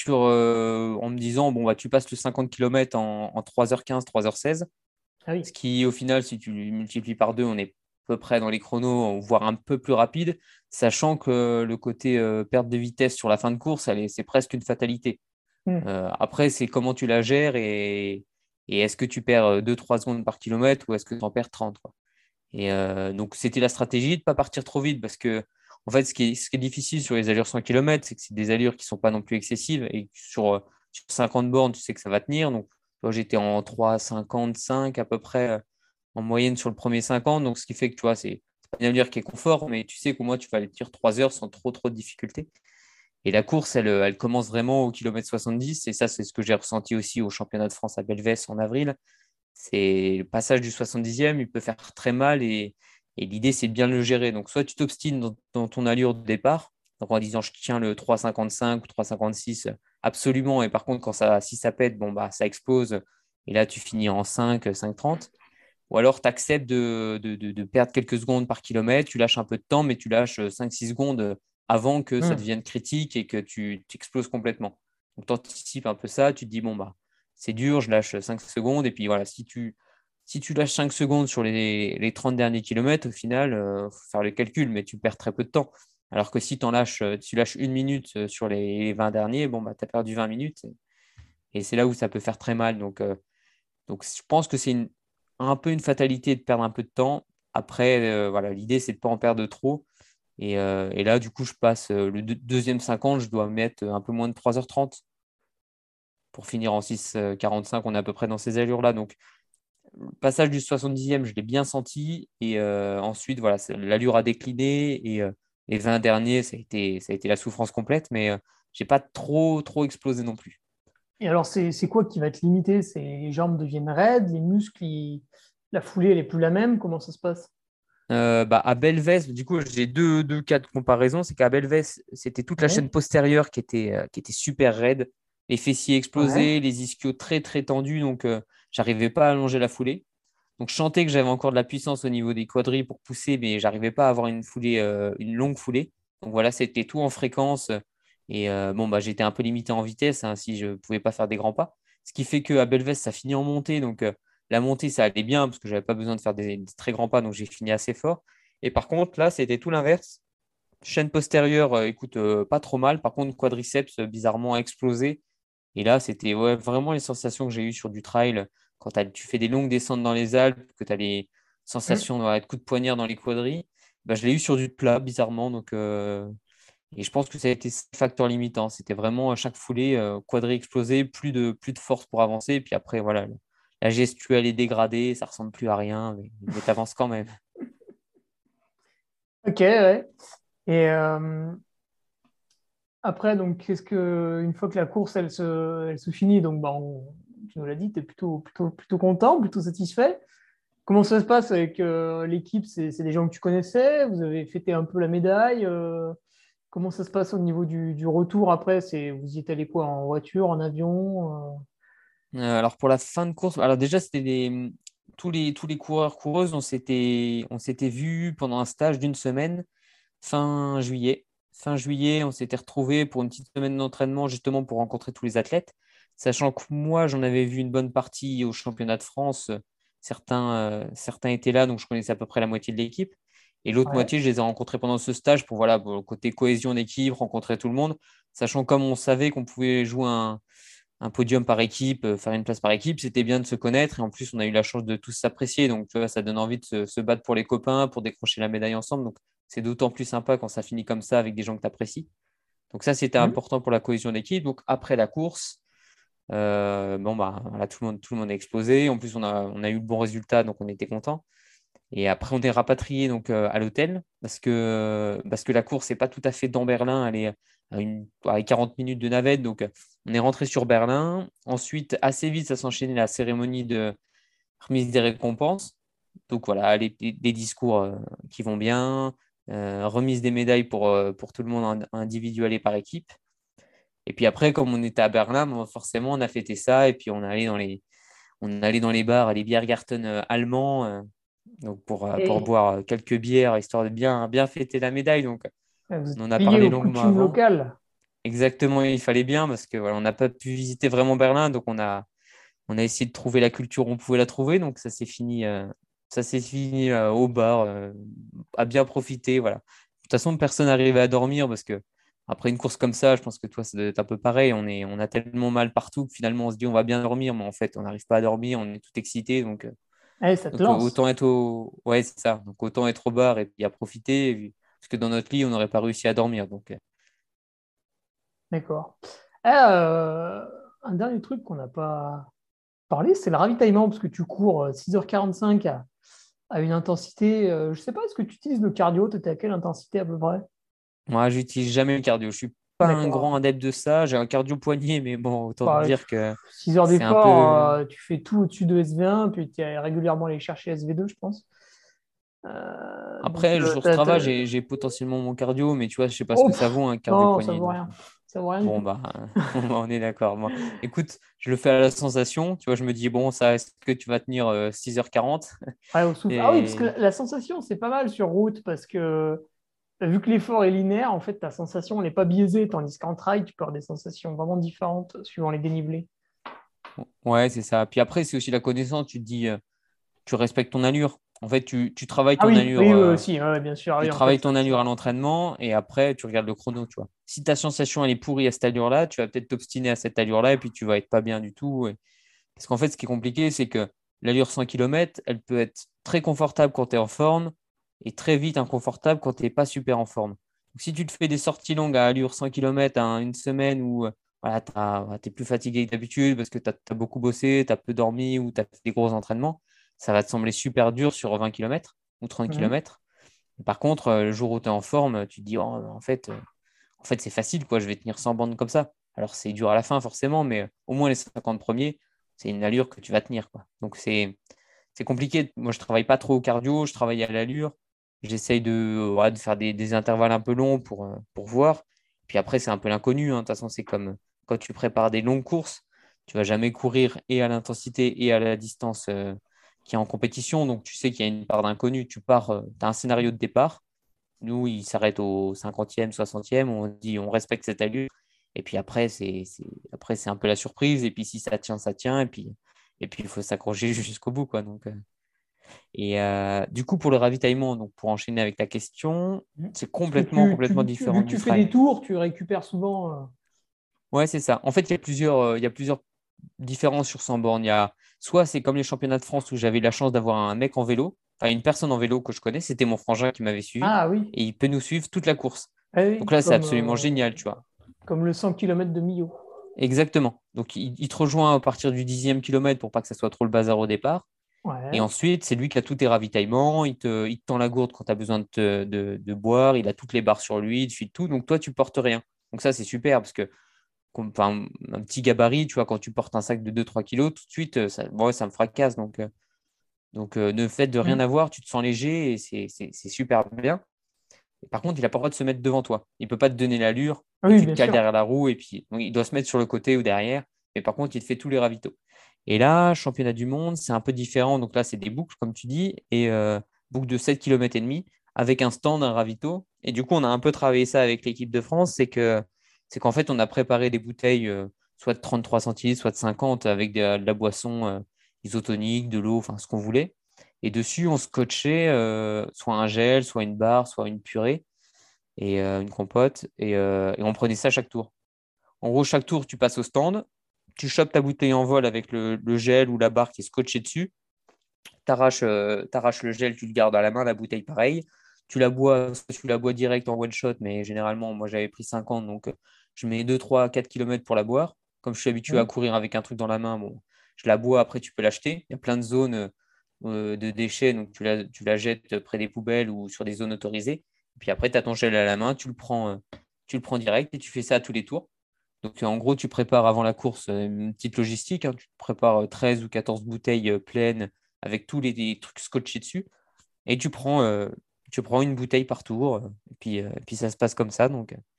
en me disant, bon, bah, tu passes le 50 km en 3h15, 3h16. Ah oui. Ce qui, au final, si tu multiplies par deux, on est à peu près dans les chronos, voire un peu plus rapide, sachant que le côté perte de vitesse sur la fin de course, c'est presque une fatalité. Hmm. Après, c'est comment tu la gères et est-ce que tu perds 2-3 secondes par kilomètre ou est-ce que tu en perds 30, quoi. Et donc, c'était la stratégie de ne pas partir trop vite parce que, en fait, ce qui est difficile sur les allures 100 km, c'est que c'est des allures qui ne sont pas non plus excessives et sur 50 bornes, tu sais que ça va tenir. Donc, toi, j'étais en 3,55 à peu près en moyenne sur le premier 50. Donc, ce qui fait que, tu vois, c'est pas une allure qui est confort, mais tu sais qu'au moins, tu vas aller tenir 3 heures sans trop de difficultés. Et la course, elle commence vraiment au kilomètre 70. Et ça, c'est ce que j'ai ressenti aussi au championnat de France à Belvès en avril. C'est le passage du 70e, il peut faire très mal et l'idée, c'est de bien le gérer. Donc, soit tu t'obstines dans ton allure de départ, donc en disant je tiens le 3,55 ou 3,56 absolument. Et par contre, si ça pète, bon, bah, ça explose. Et là, tu finis en 5, 5,30. Ou alors, tu acceptes de perdre quelques secondes par kilomètre, tu lâches un peu de temps, mais tu lâches 5-6 secondes avant que ça Hmm. devienne critique et que tu exploses complètement. Donc, tu anticipes un peu ça, tu te dis, bon, bah, c'est dur, je lâche 5 secondes. Et puis voilà, si tu lâches 5 secondes sur les 30 derniers kilomètres, au final, il faut faire le calcul, mais tu perds très peu de temps. Alors que si tu lâches une minute sur les 20 derniers, bon, bah, tu as perdu 20 minutes. Et c'est là où ça peut faire très mal. Donc, je pense que c'est un peu une fatalité de perdre un peu de temps. Après, voilà, l'idée, c'est de ne pas en perdre trop. Et là, du coup, je passe le deuxième 50, je dois mettre un peu moins de 3h30 pour finir en 6,45. On est à peu près dans ces allures-là. Donc, le passage du 70e, je l'ai bien senti. Et ensuite, voilà, l'allure a décliné. Et les 20 derniers, ça a été la souffrance complète. Mais j'ai pas trop, trop explosé non plus. Et alors, c'est quoi qui va te limiter? C'est les jambes deviennent raides, les muscles, la foulée, elle n'est plus la même. Comment ça se passe? À Belvès, du coup, j'ai deux cas de comparaison. C'est qu'à Belvès, c'était toute la chaîne Ouais. postérieure qui était super raide, les fessiers Ouais. explosés, les ischios très très tendus, donc j'arrivais pas à allonger la foulée. Donc je sentais que j'avais encore de la puissance au niveau des quadris pour pousser, mais j'arrivais pas à avoir une foulée, une longue foulée. Donc voilà, c'était tout en fréquence. Et bon, bah, j'étais un peu limité en vitesse hein, si je ne pouvais pas faire des grands pas. Ce qui fait qu'à Belvès, ça finit en montée. Donc la montée, ça allait bien parce que je n'avais pas besoin de faire des très grands pas. Donc j'ai fini assez fort. Et par contre, là, c'était tout l'inverse. Chaîne postérieure, écoute, pas trop mal. Par contre, quadriceps, bizarrement explosé. Et là, c'était ouais, vraiment les sensations que j'ai eues sur du trail. Quand tu fais des longues descentes dans les Alpes, que tu as les Hum. sensations de coups de poignard dans les quadris, bah, je l'ai eu sur du plat, bizarrement. Donc, et je pense que ça a été ce facteur limitant. C'était vraiment à chaque foulée, quadri explosé, plus de force pour avancer. Et puis après, voilà, la gestuelle est dégradée, ça ressemble plus à rien, mais tu avances quand même. Ok, ouais. Et après, donc, une fois que la course, elle se finit, donc, bah, tu nous l'as dit, tu es plutôt content, plutôt satisfait. Comment ça se passe avec l'équipe? C'est des gens que tu connaissais? Vous avez fêté un peu la médaille? Comment ça se passe au niveau du retour après? Vous y êtes allé quoi? En voiture, en avion? Alors pour la fin de course, alors déjà c'était tous les coureurs coureuses, on s'était vus pendant un stage d'une semaine fin juillet. Fin juillet, on s'était retrouvés pour une petite semaine d'entraînement justement pour rencontrer tous les athlètes. Sachant que moi, j'en avais vu une bonne partie au championnat de France. Certains étaient là, donc je connaissais à peu près la moitié de l'équipe. Et l'autre Ouais. moitié, je les ai rencontrés pendant ce stage pour, voilà, pour le côté cohésion d'équipe, rencontrer tout le monde. Sachant comme on savait qu'on pouvait jouer un podium par équipe, faire une place par équipe, c'était bien de se connaître. Et en plus, on a eu la chance de tous s'apprécier. Donc, tu vois, ça donne envie de se battre pour les copains, pour décrocher la médaille ensemble. Donc, c'est d'autant plus sympa quand ça finit comme ça avec des gens que tu apprécies. Donc, ça, c'était Mhm. important pour la cohésion d'équipe. Donc, après la course, bon, bah, voilà, tout le monde a explosé. En plus, on a eu le bon résultat, donc on était content. Et après, on est rapatrié donc, à l'hôtel parce que la course n'est pas tout à fait dans Berlin. Elle est à 40 minutes de navette. Donc, on est rentré sur Berlin. Ensuite, assez vite, ça s'enchaînait la cérémonie de remise des récompenses. Donc, voilà, des discours qui vont bien, remise des médailles pour tout le monde individuel et par équipe. Et puis après, comme on était à Berlin, bon, forcément, on a fêté ça. Et puis, on allait dans les bars, les Biergarten allemands, donc pour Et boire quelques bières, histoire de bien, bien fêter la médaille. Donc, vous on êtes en a plié parlé aux longuement coutumes avant. locales. Exactement, il fallait bien parce que voilà, on n'a pas pu visiter vraiment Berlin, donc on a essayé de trouver la culture où on pouvait la trouver. Donc, ça s'est fini au bar, à bien profiter. Voilà. De toute façon, personne n'arrivait à dormir parce que après une course comme ça, je pense que toi, ça doit être un peu pareil. On a tellement mal partout que finalement, on se dit on va bien dormir, mais en fait, on n'arrive pas à dormir, on est tout excité. Donc, Allez, ça te donc, lance. autant être au. Ouais, c'est ça. Donc, autant être au bar et puis à profiter. Parce que dans notre lit, on n'aurait pas réussi à dormir. Donc, D'accord. Un dernier truc qu'on n'a pas parlé, c'est le ravitaillement, parce que tu cours 6h45 à une intensité. Je sais pas, est-ce que tu utilises le cardio? Tu étais à quelle intensité à peu près? moi, j'utilise jamais le cardio. Je suis pas un grand D'accord. adepte de ça. J'ai un cardio poignet, mais bon, autant te Bah, dire que 6 heures c'est un d'effort, peu. tu fais tout au-dessus de SV1, puis tu es régulièrement allé chercher SV2, je pense. Donc, Après, le jour de travail, j'ai potentiellement mon cardio, mais tu vois, je sais pas ce oh, que ça vaut un cardio non, ça poignet. vaut Donc, rien. Ça vaut rien du bon, tout. bah, on est d'accord. Moi, écoute, je le fais à la sensation. Tu vois, je me dis, bon, ça, est-ce que tu vas tenir 6h40? Ouais, au souffle. Ah oui, parce que Et la sensation, c'est pas mal sur route, parce que vu que l'effort est linéaire, en fait, ta sensation n'est pas biaisée, tandis qu'en trail, tu peux avoir des sensations vraiment différentes suivant les dénivelés. ouais, c'est ça. Puis après, c'est aussi la connaissance. Tu te dis, tu respectes ton allure. En fait, tu travailles Ah ton oui, allure. oui, oui, aussi, ouais, ouais, bien sûr. Ah Tu oui, en fait, travailles ça, ton allure à ça- l'entraînement et après, tu regardes le chrono, tu vois. Si ta sensation, elle est pourrie à cette allure-là, tu vas peut-être t'obstiner à cette allure-là et puis tu vas être pas bien du tout. Parce qu'en fait, ce qui est compliqué, c'est que l'allure 100 km, elle peut être très confortable quand tu es en forme et très vite inconfortable quand tu n'es pas super en forme. Donc, si tu te fais des sorties longues à allure 100 km une semaine où voilà, tu es plus fatigué que d'habitude parce que tu as beaucoup bossé, tu as peu dormi ou tu as fait des gros entraînements, ça va te sembler super dur sur 20 km ou 30 Mhm. km. Par contre, le jour où tu es en forme, tu te dis, oh, en fait, c'est facile, quoi. Je vais tenir 100 bandes comme ça. Alors, c'est dur à la fin, forcément, mais au moins les 50 premiers, c'est une allure que tu vas tenir, quoi. Donc, c'est compliqué. Moi, je travaille pas trop au cardio, je travaille à l'allure. J'essaye de faire des intervalles un peu longs pour voir. Puis après, c'est un peu l'inconnu, hein. De toute façon, c'est comme quand tu prépares des longues courses, tu vas jamais courir et à l'intensité et à la distance qui est en compétition. Donc, tu sais qu'il y a une part d'inconnu. Tu pars, tu as un scénario de départ. Nous, il s'arrête au 50e, 60e. On dit on respecte cette allure. Et puis après, après, c'est un peu la surprise. Et puis si ça tient, ça tient. Et puis il faut s'accrocher jusqu'au bout, quoi. Donc, du coup, pour le ravitaillement, donc pour enchaîner avec ta question, Mhm. c'est Parce que complètement différent vu que du tu fais trail. des tours, tu récupères souvent. Ouais, c'est ça. En fait, il y a plusieurs différences sur 100 bornes. Soit c'est comme les championnats de France où j'avais la chance d'avoir un mec en vélo, enfin une personne en vélo que je connais, c'était mon frangin qui m'avait suivi, Ah oui, et il peut nous suivre toute la course. ah Donc oui, là, c'est absolument génial, tu vois. comme le 100 km de Millau. Exactement. Donc il te rejoint à partir du 10e kilomètre pour pas que ça soit trop le bazar au départ. Et Ouais. ensuite, c'est lui qui a tous tes ravitaillements. Il te tend la gourde quand tu as besoin de boire. Il a toutes les barres sur lui, il te file tout. Donc toi, tu portes rien. Donc ça, c'est super parce que enfin, un petit gabarit, tu vois, quand tu portes un sac de 2-3 kilos, tout de suite, ça me fracasse. Donc, le fait de rien Mhm. avoir, tu te sens léger et c'est super bien. Et par contre, il n'a pas le droit de se mettre devant toi. Il ne peut pas te donner l'allure Ah et oui, tu te bien cales sûr. derrière la roue et puis donc, il doit se mettre sur le côté ou derrière. Mais par contre, il te fait tous les ravitaux. Et là, championnat du monde, c'est un peu différent. Donc là, c'est des boucles, comme tu dis, et boucles de 7,5 km avec un stand, un ravito. Et du coup, on a un peu travaillé ça avec l'équipe de France. C'est qu'en fait, on a préparé des bouteilles, soit de 33 centilitres, soit de 50, avec de la boisson isotonique, de l'eau, enfin ce qu'on voulait. Et dessus, on scotchait soit un gel, soit une barre, soit une purée et une compote. Et on prenait ça chaque tour. En gros, chaque tour, tu passes au stand, tu chopes ta bouteille en vol avec le gel ou la barre qui est scotchée dessus. T'arraches le gel, tu le gardes à la main, la bouteille pareil. Tu la bois direct en one shot, mais généralement, moi j'avais pris 50, donc je mets 2, 3, 4 km pour la boire. Comme je suis habitué à Mhm. courir avec un truc dans la main, bon, je la bois, après tu peux l'acheter. Il y a plein de zones de déchets, donc tu la jettes près des poubelles ou sur des zones autorisées. Et puis après, tu as ton gel à la main, tu le prends direct et tu fais ça à tous les tours. Donc, en gros, tu prépares avant la course une petite logistique, hein. Tu prépares 13 ou 14 bouteilles pleines avec tous les trucs scotchés dessus. Et tu prends une bouteille par tour. Et puis ça se passe comme ça.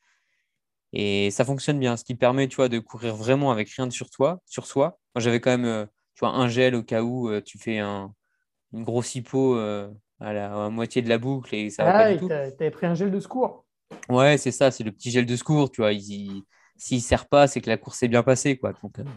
Et ça fonctionne bien. Ce qui permet, tu vois, de courir vraiment avec rien de sur soi. Moi, j'avais quand même, tu vois, un gel au cas où tu fais une grosse hypo à moitié de la boucle et ça va pas Ah, du et tout. t'avais pris un gel de secours. Ouais, c'est ça, c'est le petit gel de secours, tu vois. S'il ne sert pas, c'est que la course est bien passée, quoi.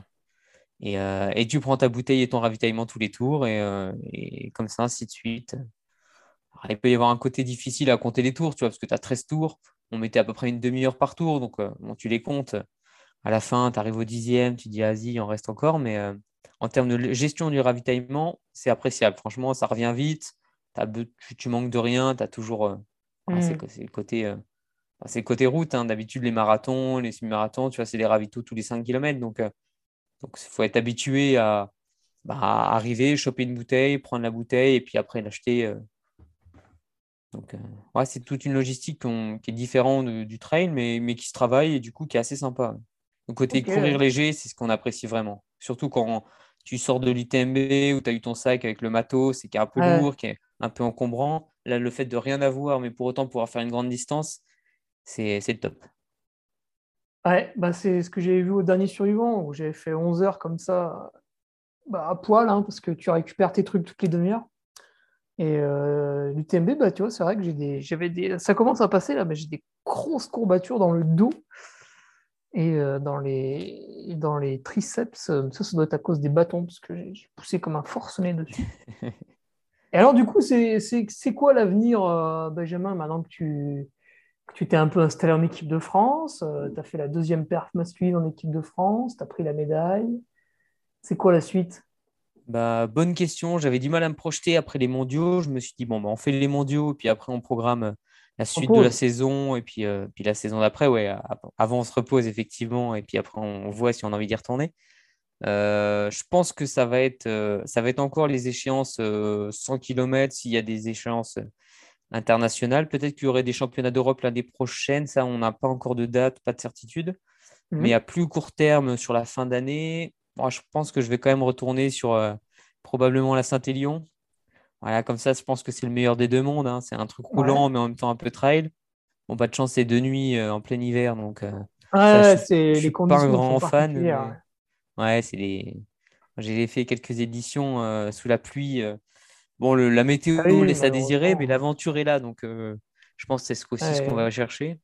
Et tu prends ta bouteille et ton ravitaillement tous les tours, et comme ça, ainsi de suite. Alors, il peut y avoir un côté difficile à compter les tours, tu vois, parce que tu as 13 tours. On mettait à peu près une demi-heure par tour, donc bon, tu les comptes. À la fin, tu arrives au 10e, tu dis, vas-y, il en reste encore. Mais en termes de gestion du ravitaillement, c'est appréciable. Franchement, ça revient vite. Tu manques de rien. Tu as toujours. Mhm. C'est le côté route, hein. D'habitude, les marathons, les semi-marathons, tu vois, c'est des ravitaux tous les 5 km. Donc, il faut être habitué à arriver, choper une bouteille, prendre la bouteille et puis après l'acheter. Donc, ouais, c'est toute une logistique qui est différente du trail, mais qui se travaille et du coup qui est assez sympa. Le côté Ok, courir ouais. léger, c'est ce qu'on apprécie vraiment. Surtout quand tu sors de l'UTMB où tu as eu ton sac avec le matos, c'est qui est un peu Ouais. lourd, qui est un peu encombrant. Là, le fait de rien avoir, mais pour autant pouvoir faire une grande distance, c'est le top. Ouais, bah c'est ce que j'avais vu au dernier survivant, où j'avais fait 11 heures comme ça, bah, à poil, hein, parce que tu récupères tes trucs toutes les demi-heures. Et l'UTMB, bah, tu vois, c'est vrai que ça commence à passer là, mais j'ai des grosses courbatures dans le dos et dans les triceps. Ça doit être à cause des bâtons, parce que j'ai poussé comme un forcené dessus. Et alors, du coup, c'est quoi l'avenir, Benjamin, maintenant que tu t'es un peu installé en équipe de France, tu as fait la deuxième perf masculine en équipe de France, tu as pris la médaille. C'est quoi la suite? Bah, bonne question. J'avais du mal à me projeter après les mondiaux. Je me suis dit, bon, bah, on fait les mondiaux, et puis après, on programme la En suite de la pause. saison, et puis la saison d'après, ouais. Avant, on se repose, effectivement, et puis après, on voit si on a envie d'y retourner. Je pense que ça va être encore les échéances 100 km s'il y a des échéances internationales. Peut-être qu'il y aurait des championnats d'Europe l'année prochaine. Ça, on n'a pas encore de date, pas de certitude. Mais à Mhm. plus court terme, sur la fin d'année, moi, je pense que je vais quand même retourner sur probablement la Saint-Élion. Voilà, comme ça, je pense que c'est le meilleur des deux mondes, hein. C'est un truc Ouais. roulant, mais en même temps un peu trail. Bon, pas de chance, c'est 2 nuits en plein hiver. Donc, ça, Ouais, je c'est les suis pas un conditions sont grand fan, particulières. mais ouais, j'ai fait quelques éditions sous la pluie. Bon, la Ah météo oui, laisse à désirer, mais malheureusement. l'aventure est là. Donc, je pense que c'est aussi ce qu'on Ouais. va chercher.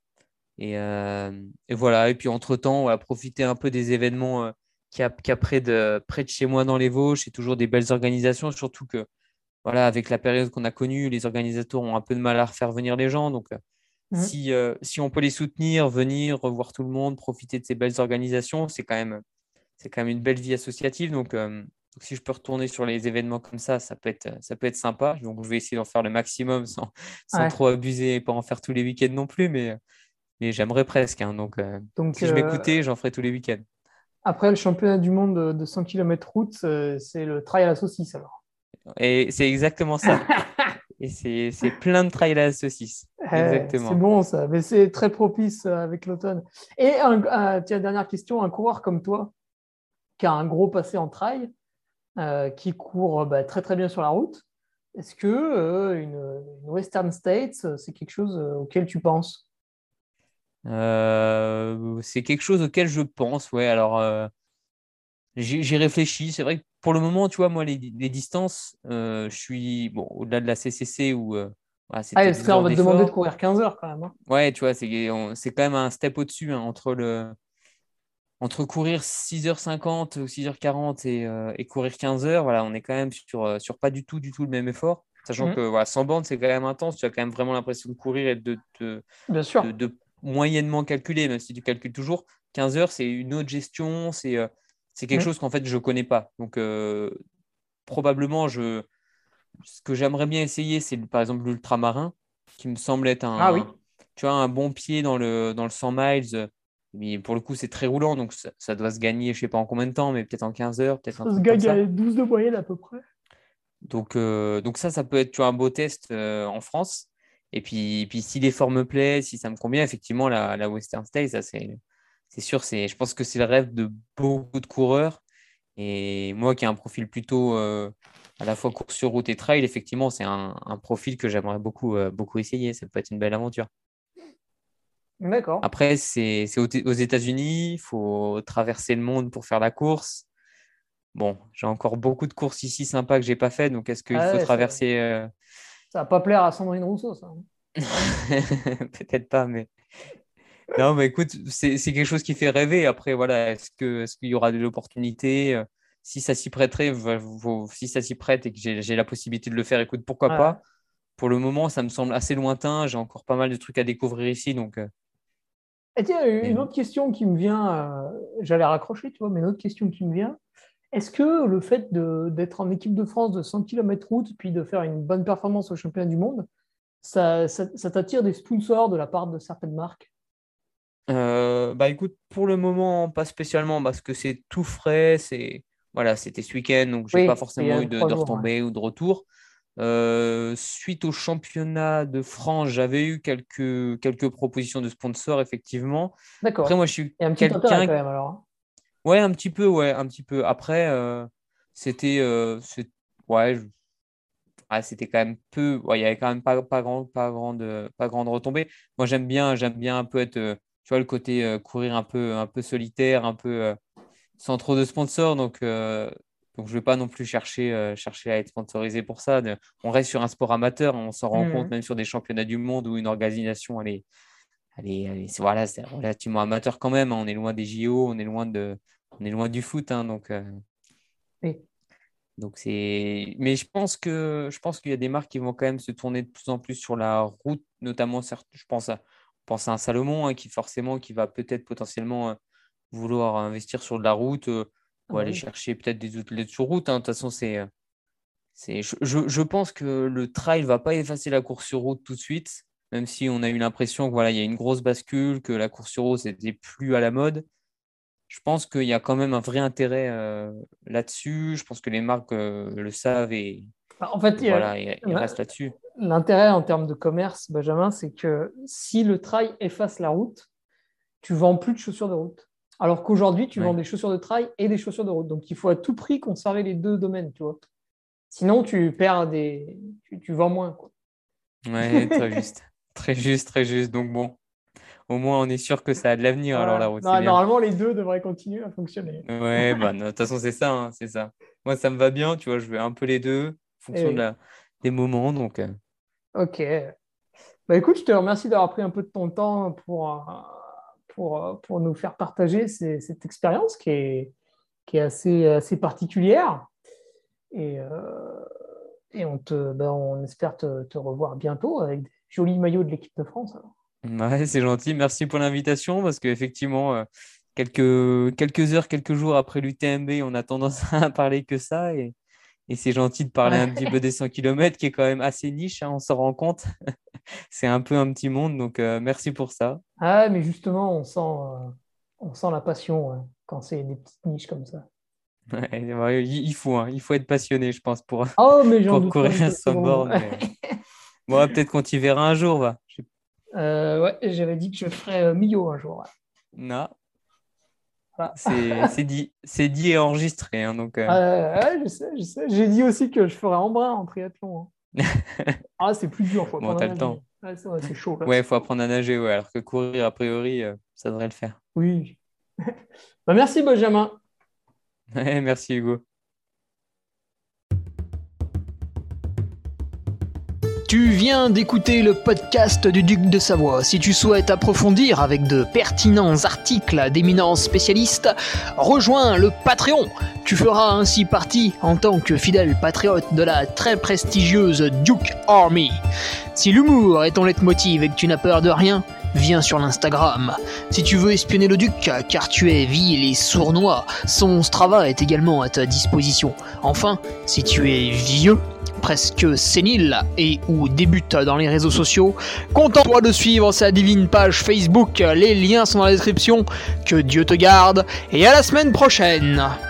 Et voilà. Et puis, entre-temps, on va profiter un peu des événements qu'il y a près de chez moi dans les Vosges. C'est toujours des belles organisations, surtout que, voilà, avec la période qu'on a connue, les organisateurs ont un peu de mal à refaire venir les gens. Donc, Mhm. si on peut les soutenir, venir, revoir tout le monde, profiter de ces belles organisations, c'est quand même une belle vie associative. Donc, si je peux retourner sur les événements comme ça peut être sympa. Donc, je vais essayer d'en faire le maximum sans Ouais. trop abuser et pas en faire tous les week-ends non plus. Mais j'aimerais presque, hein. Donc, Donc, si je m'écoutais, j'en ferais tous les week-ends. après le championnat du monde de 100 km route, c'est le trail à la saucisse alors. Et c'est exactement ça. Et c'est plein de trail à la saucisse. C'est Exactement. bon ça, mais c'est très propice avec l'automne. Et tiens, dernière question, un coureur comme toi, qui a un gros passé en trail, qui court très très bien sur la route, est-ce que une Western States, c'est quelque chose auquel tu penses? C'est quelque chose auquel je pense. Ouais, alors, j'ai réfléchi. C'est vrai que pour le moment, tu vois, moi, les distances, je suis bon, au-delà de la CCC où voilà, Ah, c'était parce que deux là, on heures va te demander de d'effort. courir 15 heures quand même, hein. Ouais, tu vois, c'est quand même un step au-dessus, hein, entre courir 6h50 ou 6h40 et courir 15 heures. Voilà, on est quand même sur pas du tout le même effort. Sachant que Mhm. voilà, 100 bandes, c'est quand même intense. Tu as quand même vraiment l'impression de courir et Bien sûr. de moyennement calculer, même si tu calcules toujours. 15 heures, c'est une autre gestion. C'est quelque Mhm. chose qu'en fait, je ne connais pas. Donc, probablement, ce que j'aimerais bien essayer, c'est par exemple l'ultramarin, qui me semble être Ah oui, tu vois, un bon pied dans le 100 miles. Mais pour le coup, c'est très roulant, donc ça doit se gagner, je ne sais pas en combien de temps, mais peut-être en 15 heures, peut-être un ça se truc comme gagne ça. à 12 de moyenne à peu près. Donc ça peut être, tu vois, un beau test en France. Et puis, si l'effort me plaît, si ça me convient, effectivement, la Western States, ça, c'est sûr, je pense que c'est le rêve de beaucoup de coureurs. Et moi qui ai un profil plutôt à la fois course sur route et trail, effectivement, c'est un profil que j'aimerais beaucoup, beaucoup essayer. Ça peut être une belle aventure. D'accord. Après, c'est aux États-Unis, il faut traverser le monde pour faire la course. Bon, j'ai encore beaucoup de courses ici sympas que j'ai pas fait, donc est-ce qu'il Ah faut ouais, traverser ça va pas plaire à Sandrine Rousseau, ça. Peut-être pas, mais non, mais écoute, c'est quelque chose qui fait rêver. Après, voilà, est-ce qu'il y aura de l'opportunité si ça s'y prêterait, si ça s'y prête et que j'ai la possibilité de le faire, écoute, pourquoi Ouais. pas. Pour le moment, ça me semble assez lointain. J'ai encore pas mal de trucs à découvrir ici, donc. Et tiens, Mais une autre question qui me vient, j'allais raccrocher, tu vois, mais une autre question qui me vient, est-ce que le fait d'être en équipe de France de 100 km route, puis de faire une bonne performance au championnat du monde, ça t'attire des sponsors de la part de certaines marques? Bah écoute, pour le moment, pas spécialement parce que c'est tout frais. Voilà, c'était ce week-end, donc j'ai pas Oui, il y forcément a eu de, 3 jours, ouais. retombées ou de retour. Suite au championnat de France, j'avais eu quelques propositions de sponsors, effectivement. Après, D'accord. moi, je suis Il y a un petit intérêt quelqu'un. quand même, alors, hein. Ouais, un petit peu, ouais, un petit peu. Après, c'était. Ouais, c'était quand même peu. Ouais, il y avait quand même pas grande retombée. Moi, j'aime bien un peu être. Tu vois, le côté courir un peu solitaire, un peu sans trop de sponsors. Donc je ne vais pas non plus chercher à être sponsorisé pour ça. On reste sur un sport amateur. On s'en rend compte Mhm. même sur des championnats du monde où une organisation, voilà, c'est relativement amateur quand même, hein. On est loin des JO, on est loin du foot, hein. Oui. Donc mais je pense qu'il y a des marques qui vont quand même se tourner de plus en plus sur la route, notamment je pense à un Salomon, hein, qui va peut-être potentiellement vouloir investir sur de la route Ah ou bah aller oui. chercher peut-être des outils sur route, hein. De toute façon, je pense que le trail va pas effacer la course sur route tout de suite, même si on a eu l'impression que voilà, il y a une grosse bascule, que la course sur route c'était plus à la mode. je pense qu'il y a quand même un vrai intérêt là-dessus. Je pense que les marques le savent et En fait, voilà, ils restent là-dessus. l'intérêt en termes de commerce, Benjamin, c'est que si le trail efface la route, tu vends plus de chaussures de route. Alors qu'aujourd'hui, tu vends des chaussures de trail et des chaussures de route. Donc, il faut à tout prix conserver les deux domaines, tu vois. Sinon, tu perds tu vends moins, quoi. Ouais, très juste. Très juste, très juste. Donc bon, au moins on est sûr que ça a de l'avenir alors la route, c'est bien. Normalement, les deux devraient continuer à fonctionner. Ouais, bah de toute façon c'est ça, hein, c'est ça. Moi ça me va bien, tu vois, je veux un peu les deux, en fonction des moments, donc. Ok. Bah écoute, je te remercie d'avoir pris un peu de ton temps pour nous faire partager cette expérience qui est assez particulière. Et on espère te revoir bientôt avec des jolis maillots de l'équipe de France. Alors. Ouais, c'est gentil, merci pour l'invitation, parce qu'effectivement, quelques heures, quelques jours après l'UTMB, on a tendance à parler que ça, et c'est gentil de parler un petit peu des 100 km, qui est quand même assez niche, hein, on s'en rend compte. C'est un peu un petit monde, donc merci pour ça. Ah, mais justement, on sent la passion quand c'est des petites niches comme ça. Ouais, il faut être passionné, je pense, pour Mais j'en doute courir pas à 100 bornes. Bon, peut-être qu'on t'y verra un jour, va. Ouais, j'avais dit que je ferais Millau un jour. Ouais. Non, Voilà. c'est dit et enregistré, hein, donc. Je sais. J'ai dit aussi que je ferais Embrun en triathlon. Hein. C'est plus dur, faut Bon, apprendre t'as à le nager. temps. Ouais, c'est vrai, c'est chaud. Là. Ouais, il faut apprendre à nager, ouais, alors que courir, a priori, ça devrait le faire. Oui. Merci, Benjamin. Ouais, merci, Hugo. Tu viens d'écouter le podcast du Duc de Savoie. Si tu souhaites approfondir avec de pertinents articles d'éminents spécialistes, rejoins le Patreon. Tu feras ainsi partie, en tant que fidèle patriote, de la très prestigieuse Duke Army. Si l'humour est ton leitmotiv et que tu n'as peur de rien, viens sur l'Instagram. Si tu veux espionner le Duc, car tu es vil et sournois, son Strava est également à ta disposition. Enfin, si tu es vieux, presque sénile et ou débute dans les réseaux sociaux, contente-toi de suivre sa divine page Facebook, les liens sont dans la description. Que Dieu te garde et à la semaine prochaine.